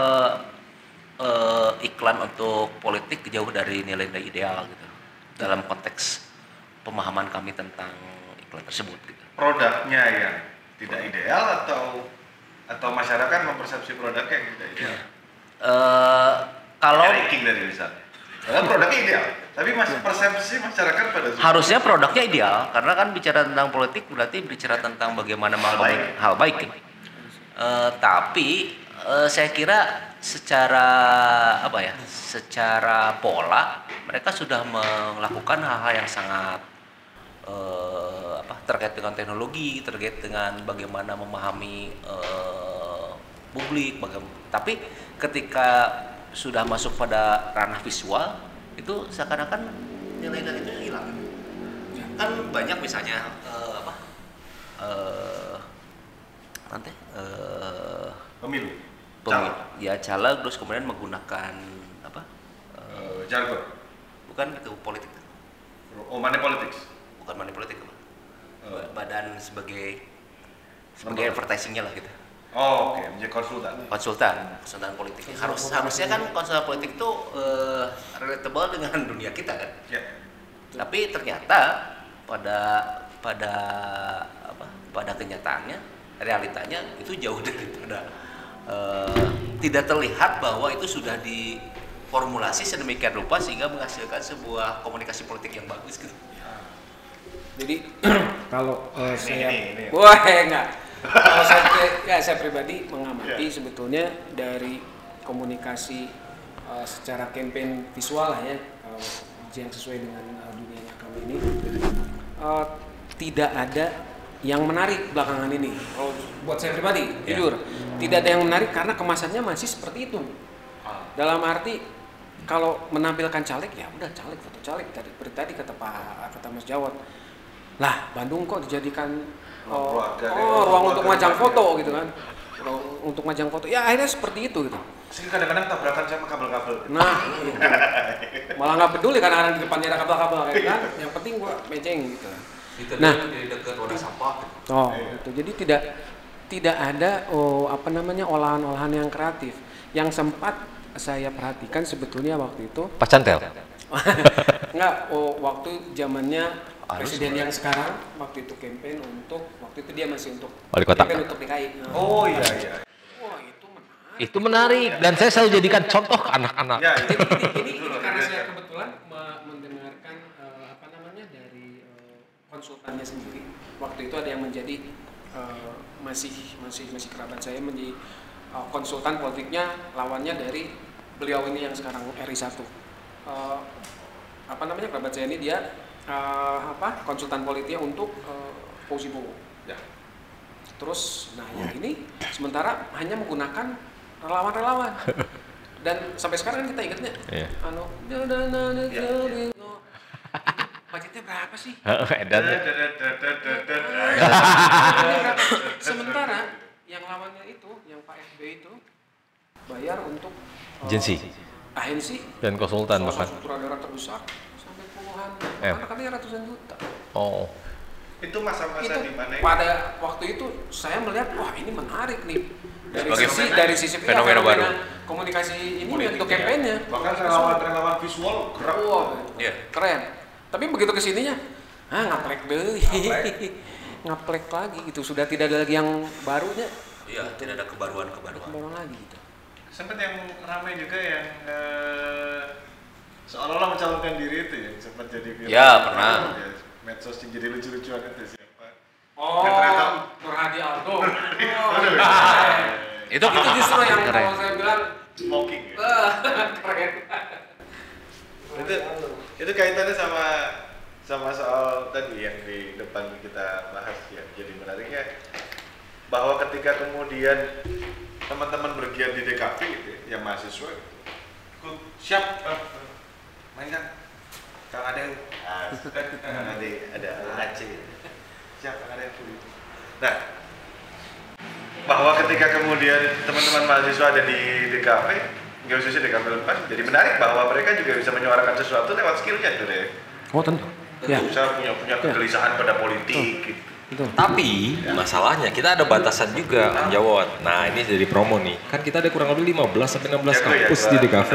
iklan untuk politik jauh dari nilai-nilai ideal gitu dalam konteks pemahaman kami tentang iklan tersebut gitu. Produknya yang tidak ideal atau masyarakat mempersepsi produknya yang tidak ideal. Kalau ranking dari misalnya, produknya ideal, tapi persepsi masyarakat pada harusnya produknya ideal, karena kan bicara tentang politik berarti bicara tentang bagaimana melakukan hal baik. Tapi saya kira secara pola mereka sudah melakukan hal-hal yang sangat terkait dengan teknologi, terkait dengan bagaimana memahami publik, tapi ketika sudah masuk pada ranah visual itu seakan-akan nilai-nilai itu hilang. Kan banyak misalnya pemilu ya caleg, terus kemudian menggunakan jargon, bukan itu politik. money politics, bukan money politik, badan sebagai advertisingnya lah gitu. Oke, menjadi konsultan politik. Harusnya kan konsultan politik itu relatable dengan dunia kita kan. Ya. Tapi ternyata pada kenyataannya, realitanya itu jauh daripada tidak terlihat bahwa itu sudah diformulasi sedemikian rupa sehingga menghasilkan sebuah komunikasi politik yang bagus gitu. Jadi kalau saya ini. kalau saya pribadi mengamati sebetulnya dari komunikasi secara campaign visual lah ya, yang sesuai dengan dunianya kami ini, tidak ada yang menarik belakangan ini. Kalau buat saya pribadi, jujur, tidak ada yang menarik karena kemasannya masih seperti itu. Dalam arti kalau menampilkan caleg, ya udah caleg, foto caleg tadi kata Mas Jawad. Lah, Bandung kok dijadikan ruang untuk macam foto gitu kan. untuk majang foto. Ya akhirnya seperti itu gitu. Sehingga kadang-kadang tabrakan sama kabel-kabel. Nah, gitu. Malah nggak peduli karena di depannya ada kabel-kabel kan. Yang penting gua mejeng gitu. Nah, di dekat wadah sampah. Oh, gitu. Jadi tidak ada olahan-olahan yang kreatif. Yang sempat saya perhatikan sebetulnya waktu itu Pacantel. enggak, waktu zamannya presiden yang sekarang waktu itu campaign untuk waktu itu dia masih untuk Wali kota. campaign untuk DKI. Oh iya. Wah, itu menarik. Itu menarik dan saya selalu jadikan contoh ke anak-anak. Ya, Ini karena saya kebetulan mendengarkan dari konsultannya sendiri. Waktu itu ada yang menjadi masih kerabat saya menjadi konsultan politiknya, lawannya dari beliau ini yang sekarang RI1. Kerabat saya ini dia konsultan politiknya untuk Fauzi Bowo. Ya. Terus, yang ini sementara hanya menggunakan relawan-relawan. Dan sampai sekarang kita ingatnya, Iya. budgetnya berapa sih? Edan. Sementara yang lawannya itu, yang Pak SBY itu bayar untuk agensi Dan konsultan salah bahkan. satu sutradara terbesar sampai puluhan, katanya ratusan juta. Oh. Itu masa-masa Itu di mana? pada waktu itu saya melihat, wah ini menarik nih dari sisi fenomena baru. komunikasi ini untuk kampanye. Bahkan relawan visual gerak. Wah, Iya. keren. Tapi begitu kesininya, ngaplek deh, ngaplek lagi gitu. Sudah tidak ada lagi yang barunya, Iya, tidak ada kebaruan-kebaruan. baru lagi gitu. Sempat yang ramai juga yang seolah-olah mencalonkan diri itu ya, sempat jadi viral. Ya, pernah. Ya, medsos yang jadi lucu-lucuan itu siapa? Oh, Yang ternyata Nur Hadi Aldo. Itu Itu justru yang keren. kalau saya bilang smoking ya. keren. Itu kaitannya sama soal tadi yang di depan kita bahas ya. Jadi menariknya bahwa ketika kemudian teman-teman bergiat di DKV gitu ya, yang mahasiswa siap mainkan Kang Ade, nanti ada Aceh, siap Kang Ade. Nah, bahwa ketika kemudian teman-teman mahasiswa ada di DKV, nggak khususnya DKV Unpad, jadi menarik bahwa mereka juga bisa menyuarakan sesuatu lewat skillnya gitu deh. Oh tentu. Ya. Saya punya kegelisahan pada politik gitu. Betul. Tapi masalahnya kita ada batasan juga Om Jawad. Nah, ini jadi promo nih. Kan kita ada kurang lebih 15 sampai 16 kampus di DKV.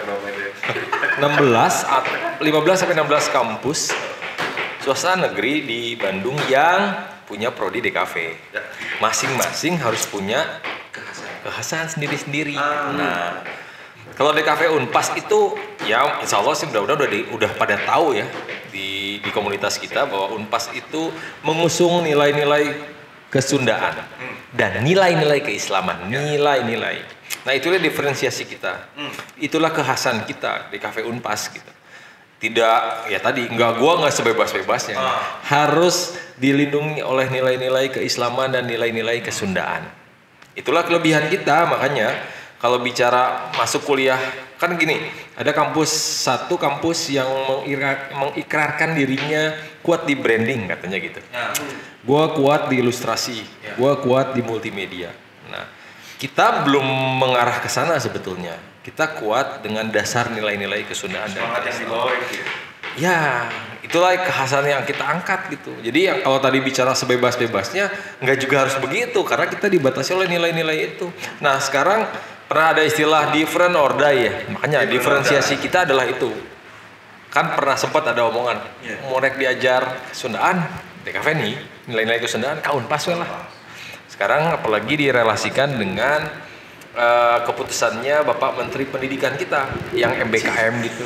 15 sampai 16 kampus swasta negeri di Bandung yang punya prodi DKV. Masing-masing harus punya kekhasan sendiri-sendiri. Nah, kalau DKV Unpas itu ya insya Allah sih udah pada tahu ya di komunitas kita bahwa Unpas itu mengusung nilai-nilai kesundaan dan nilai-nilai keislaman, nilai-nilai. Nah, itulah diferensiasi kita. Itulah kekhasan kita di DKV Unpas gitu. Tidak ya tadi nggak sebebas-bebasnya. Harus dilindungi oleh nilai-nilai keislaman dan nilai-nilai kesundaan. Itulah kelebihan kita, makanya kalau bicara masuk kuliah kan gini, ada satu kampus yang mengikrarkan dirinya kuat di branding katanya gitu. Gua kuat di ilustrasi, gua kuat di multimedia. Nah, kita belum mengarah ke sana sebetulnya. Kita kuat dengan dasar nilai-nilai kesundaan dan keislaman. Ya, itulah kekhasan yang kita angkat gitu. Jadi yang kalau tadi bicara sebebas-bebasnya, nggak juga harus begitu karena kita dibatasi oleh nilai-nilai itu. Nah, sekarang pernah ada istilah different or die ya, makanya diferensiasi kita adalah itu. Kan pernah sempat ada omongan, mau rek diajar Kesundaan, DKV nih, nilai-nilai Kesundaan, kaun pas lah. Sekarang apalagi direlasikan dengan keputusannya Bapak Menteri Pendidikan kita, yang MBKM gitu.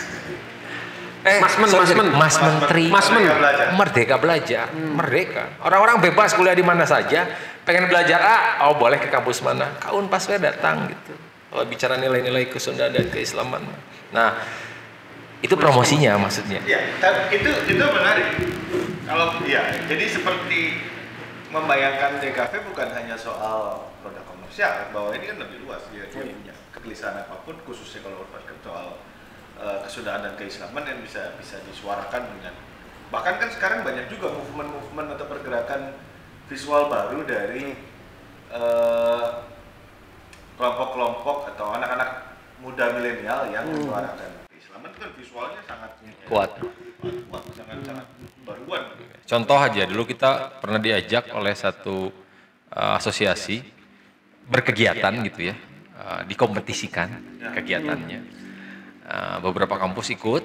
Mas Menteri Merdeka Belajar, merdeka. Orang-orang bebas kuliah di mana saja, pengen belajar boleh ke kampus mana, kaun pas datang gitu. Kalau bicara nilai-nilai kesundaan dan keislaman. Nah, itu promosinya maksudnya. Ya, itu menarik. Kalau jadi seperti membayangkan DKV bukan hanya soal produk komersial, bahwa ini kan lebih luas dia punya kegelisahan apapun, khususnya kalau berkaitan soal kesundaan dan keislaman yang bisa disuarakan dengan, bahkan kan sekarang banyak juga movement atau pergerakan visual baru dari kelompok-kelompok atau anak-anak muda milenial yang menyuarakan Islam itu kan visualnya sangat Kuat. sangat baruan. Contoh aja, dulu kita pernah diajak oleh satu asosiasi berkegiatan gitu ya, dikompetisikan kegiatannya. Beberapa kampus ikut.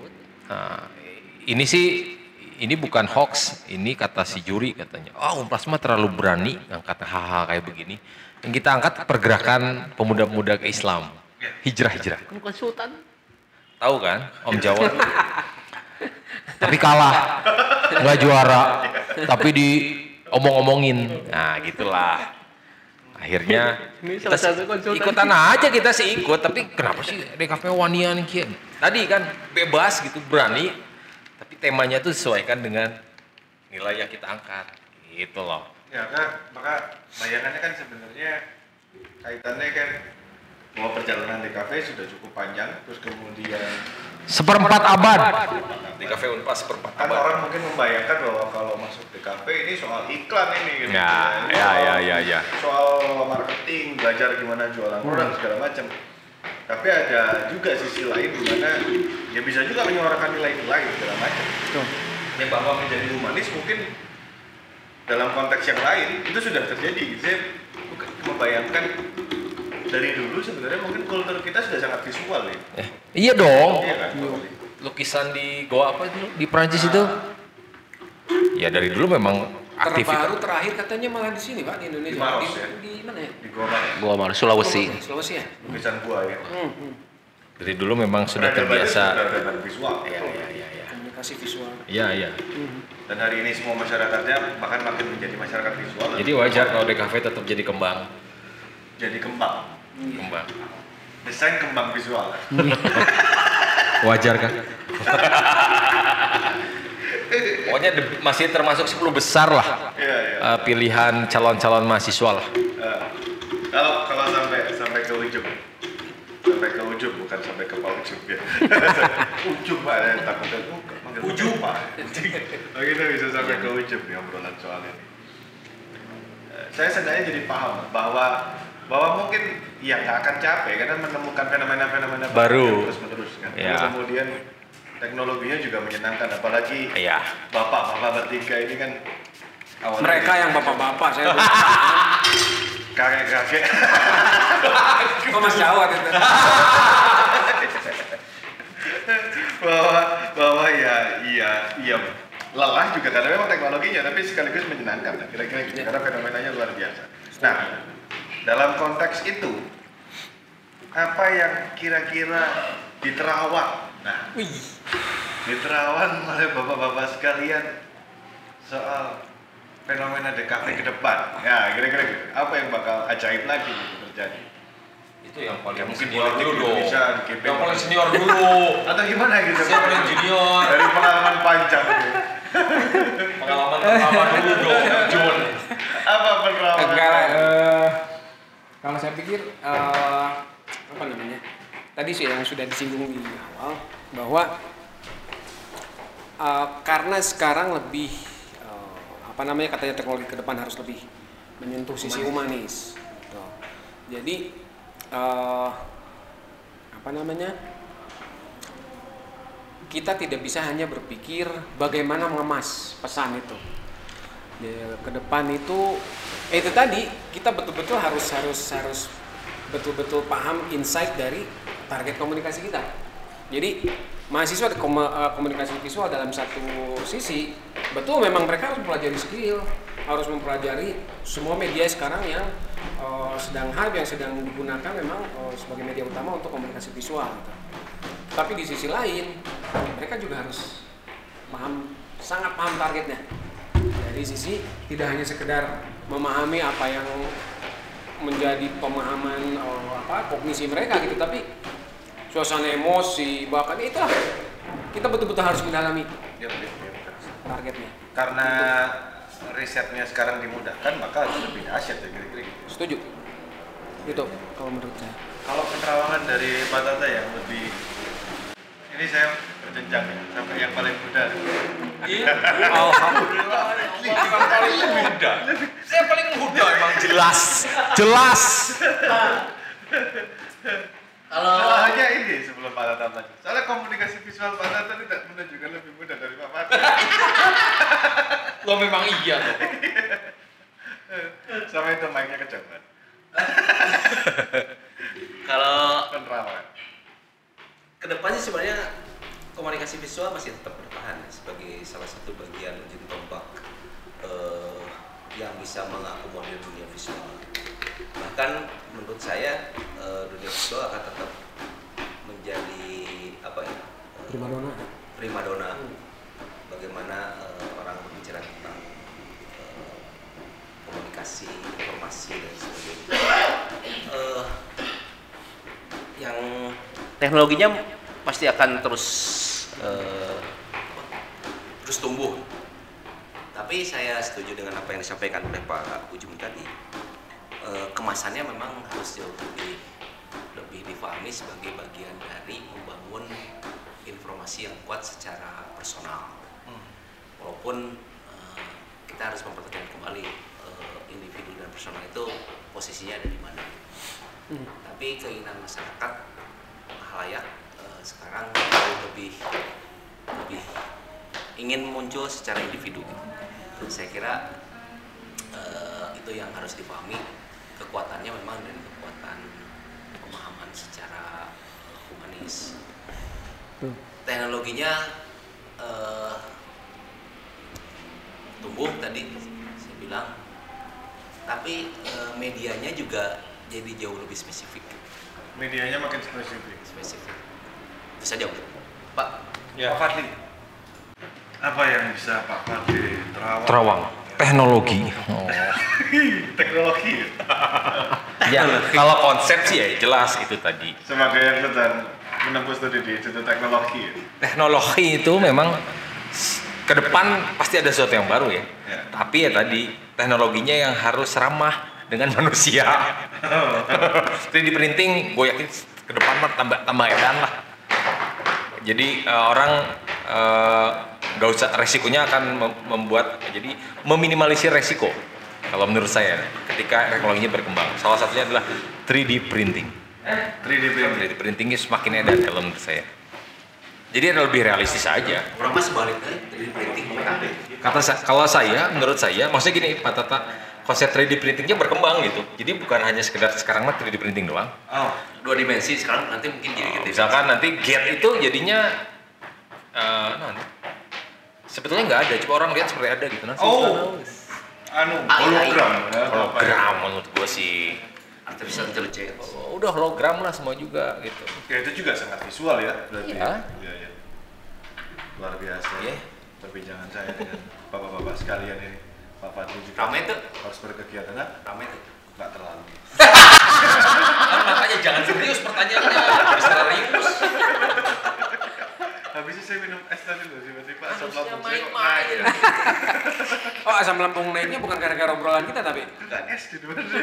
Ini bukan hoax, ini kata si juri katanya. Unpas mah terlalu berani ngangkat hal-hal kayak begini. Yang kita angkat pergerakan pemuda-pemuda ke Islam, hijrah. Konsultan. Tahu kan, Om Jawa? Tapi kalah, nggak juara, tapi diomong-omongin. Nah, gitulah. Akhirnya Ini kita salah satu konsultan. ikutan aja kita sih ikut, tapi kenapa sih DKV wanian kian? Tadi kan bebas gitu, berani, tapi temanya tuh sesuaikan dengan nilai yang kita angkat, gitu loh. Ya kan, maka bayangannya kan sebenarnya kaitannya kan bahwa perjalanan DKV sudah cukup panjang, terus kemudian Seperempat abad. DKV Unpas seperempat kan abad. orang mungkin membayangkan bahwa kalau masuk DKV ini soal iklan ini gitu. Ya. Soal marketing, belajar gimana jualan produk segala macam. Tapi ada juga sisi lain di mana ya bisa juga menyuarakan nilai-nilai segala macam. Yang bahwa menjadi humanis mungkin dalam konteks yang lain itu sudah terjadi. Saya membayangkan dari dulu sebenarnya mungkin kultur kita sudah sangat visual ya. Iya dong. Iya kan? Lukisan di goa apa itu di Prancis itu? Ya dari dulu memang aktif. Terbaru terakhir katanya malah di sini Pak, di Indonesia. Di Maros, ya? Di mana ya? Di Goma ya. Gua malah Sulawesi. Sulawesi ya? Lukisan buaya. Dari dulu memang sudah Peradabannya terbiasa. sudah peradaban visual. Iya. Komunikasi visual. Iya. Dan hari ini semua masyarakatnya bahkan makin menjadi masyarakat visual. Jadi wajar kalau DKV tetap jadi kembang. Jadi kembang. Desain kembang visual. Wajar kan? Pokoknya masih termasuk 10 besar lah Iya. pilihan calon-calon mahasiswa lah. Kalau sampai ke ujung. Sampai ke ujung bukan sampai ke ujung ya. Ujung Pak, ya, takutnya manggil ujung Pak. Oh, kita bisa sampai ke ujung nih obrolan soal ini. Saya seenggaknya jadi paham bahwa mungkin ya nggak akan capek karena menemukan fenomena-fenomena Baru. terus-menerus kan. Ya. Terus kemudian teknologinya juga menyenangkan apalagi Iya. bapak-bapak bertiga ini kan awalnya Mereka yang bapak-bapak saya. kakek-kakek Kok Mas Jawa itu? bahwa iya lelah juga karena memang teknologinya tapi sekaligus menyenangkan kira-kira gitu karena fenomenanya luar biasa. Nah, dalam konteks itu apa yang kira-kira diterawang? Nah, diterawan oleh bapak-bapak sekalian soal fenomena DKV ke depan. Ya, kira-kira gitu. Apa yang bakal ajaib lagi gitu terjadi? Itu yang paling Mungkin senior politik dulu dong. Indonesia di KPN. Yang paling senior dulu. Atau gimana gitu? Siapa yang junior? Dari pengalaman panjang. Pengalaman pertama dulu dong, Jun. Apa pengalaman? Enggak lah. Kalau saya pikir apa namanya? Tadi sih yang sudah disinggung di awal bahwa karena sekarang lebih apa namanya katanya teknologi ke depan harus lebih menyentuh sisi humanis. Gitu. Jadi apa namanya? Kita tidak bisa hanya berpikir bagaimana mengemas pesan itu. Ke depan itu tadi kita betul-betul harus betul-betul paham insight dari target komunikasi kita. Jadi mahasiswa komunikasi visual dalam satu sisi betul memang mereka harus mempelajari skill, harus mempelajari semua media sekarang yang sedang hype, yang sedang digunakan memang sebagai media utama untuk komunikasi visual gitu. Tapi di sisi lain mereka juga harus sangat paham targetnya. Dari sisi tidak hanya sekedar memahami apa yang menjadi pemahaman kognisi mereka gitu, tapi suasana emosi bahkan itulah kita betul-betul harus mendalami targetnya. Karena risetnya sekarang dimudahkan maka harus lebih dahsyat ya kira-kira gitu. Setuju. Itu kalau menurut saya. Kalau penerawangan dari Pak Tata yang lebih ini saya berjenjang ya sampai yang paling muda. Alhamdulillah. Yang paling muda. saya paling muda emang jelas. Kalau Salahnya ini sebelum Pak Tata maju. Soalnya komunikasi visual Pak Tata tidak menunjukkan lebih muda dari Pak Mati. Lo memang iya tuh. Sama itu mic-nya kejauhan. kalau Penerawan. kedepannya sebenarnya komunikasi visual masih tetap bertahan sebagai salah satu bagian ujung tombak yang bisa mengakomodir dunia visual. Bahkan menurut saya dunia visual akan tetap menjadi primadona. Bagaimana orang berbicara tentang komunikasi, informasi dan sebagainya. Yang teknologinya pasti akan terus tumbuh. Tapi saya setuju dengan apa yang disampaikan oleh Pak Ujung tadi. Kemasannya memang harus jauh lebih difahami sebagai bagian dari membangun informasi yang kuat secara personal. Walaupun kita harus memperhatikan kembali individu dan personal itu posisinya ada di mana. Tapi keinginan masyarakat khalayak sekarang lebih ingin muncul secara individu. Saya kira itu yang harus dipahami, kekuatannya memang dari kekuatan pemahaman secara humanis. Teknologinya tumbuh tadi saya bilang, tapi medianya juga jadi jauh lebih spesifik. Medianya makin spesifik. Bisa jauh, Pak. Pak Fadli. Apa yang bisa Pak Fadli Terawang. Teknologi. Teknologi. Ya, kalau konsep sih ya jelas itu tadi. Sebagai yang sedang menempuh studi di Institut Teknologi. Teknologi itu memang ke depan pasti ada sesuatu yang baru ya. Ya. Tapi ya tadi teknologinya yang harus ramah dengan manusia. 3D printing gue yakin ke depan mah tambah edan lah. Jadi orang nggak usah, resikonya akan membuat, jadi meminimalisir resiko kalau menurut saya ketika teknologinya berkembang. Salah satunya adalah 3D printing. 3D printing semakin edan kalau menurut saya. Jadi lebih realistis aja. Orang mah sebaliknya 3D printing Kalau saya, menurut saya, maksudnya gini Pak Tata, konsep 3D printingnya berkembang gitu. Jadi bukan hanya sekedar sekarang mah 3D printing doang. Oh, 2 dimensi sekarang nanti mungkin jadi gede. Misalkan nanti gate itu jadinya sebetulnya nggak ada, cuma orang lihat seperti ada gitu. Hologram. Hologram menurut gue sih. Artificial intelligence. Udah hologram lah semua juga gitu. Ya itu juga sangat visual ya berarti. Iya. Iya. Luar biasa. Iya. Perbincangan saya dengan bapak-bapak sekalian ini. Pak Fadli juga Ramai tuh. harus berkegiatan kan? Ramai tuh. Nggak terlalu. Makanya jangan serius pertanyaannya, harus serius. Habisnya saya minum es tadi loh, tiba-tiba asam Harusnya lambung saya kok main-main. naik. Oh, asam lambung naiknya bukan gara-gara obrolan kita tapi. Bukan es gitu bener.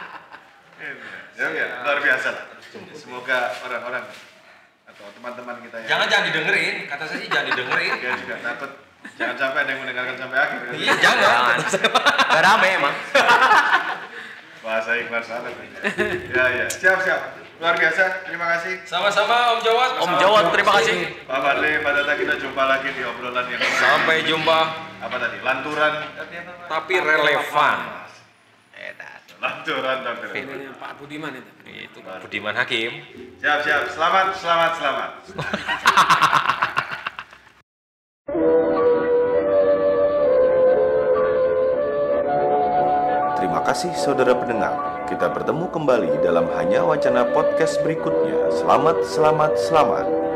Ya, luar biasa lah. Semoga orang-orang atau teman-teman kita yang Jangan didengerin, kata saya sih jangan didengerin. dia juga takut jangan sampai ada yang mendengarkan sampai akhir. Kan? Iya jangan. Gak rame emang. Bahasa ikhlas sana. Ya. Siap. Luar biasa. Terima kasih. Sama-sama Om Jawad. Om Jawad, terima kasih. Pak Fadli, Pak Tata, kita jumpa lagi di obrolan yang Sampai jumpa, apa tadi? Lanturan tapi relevan. Lanturan dokter. Namanya Pak Budiman itu. Itu Budiman Hakim. Siap. Selamat. Terima kasih saudara pendengar. Kita bertemu kembali dalam Hanya Wacana Podcast berikutnya. Selamat.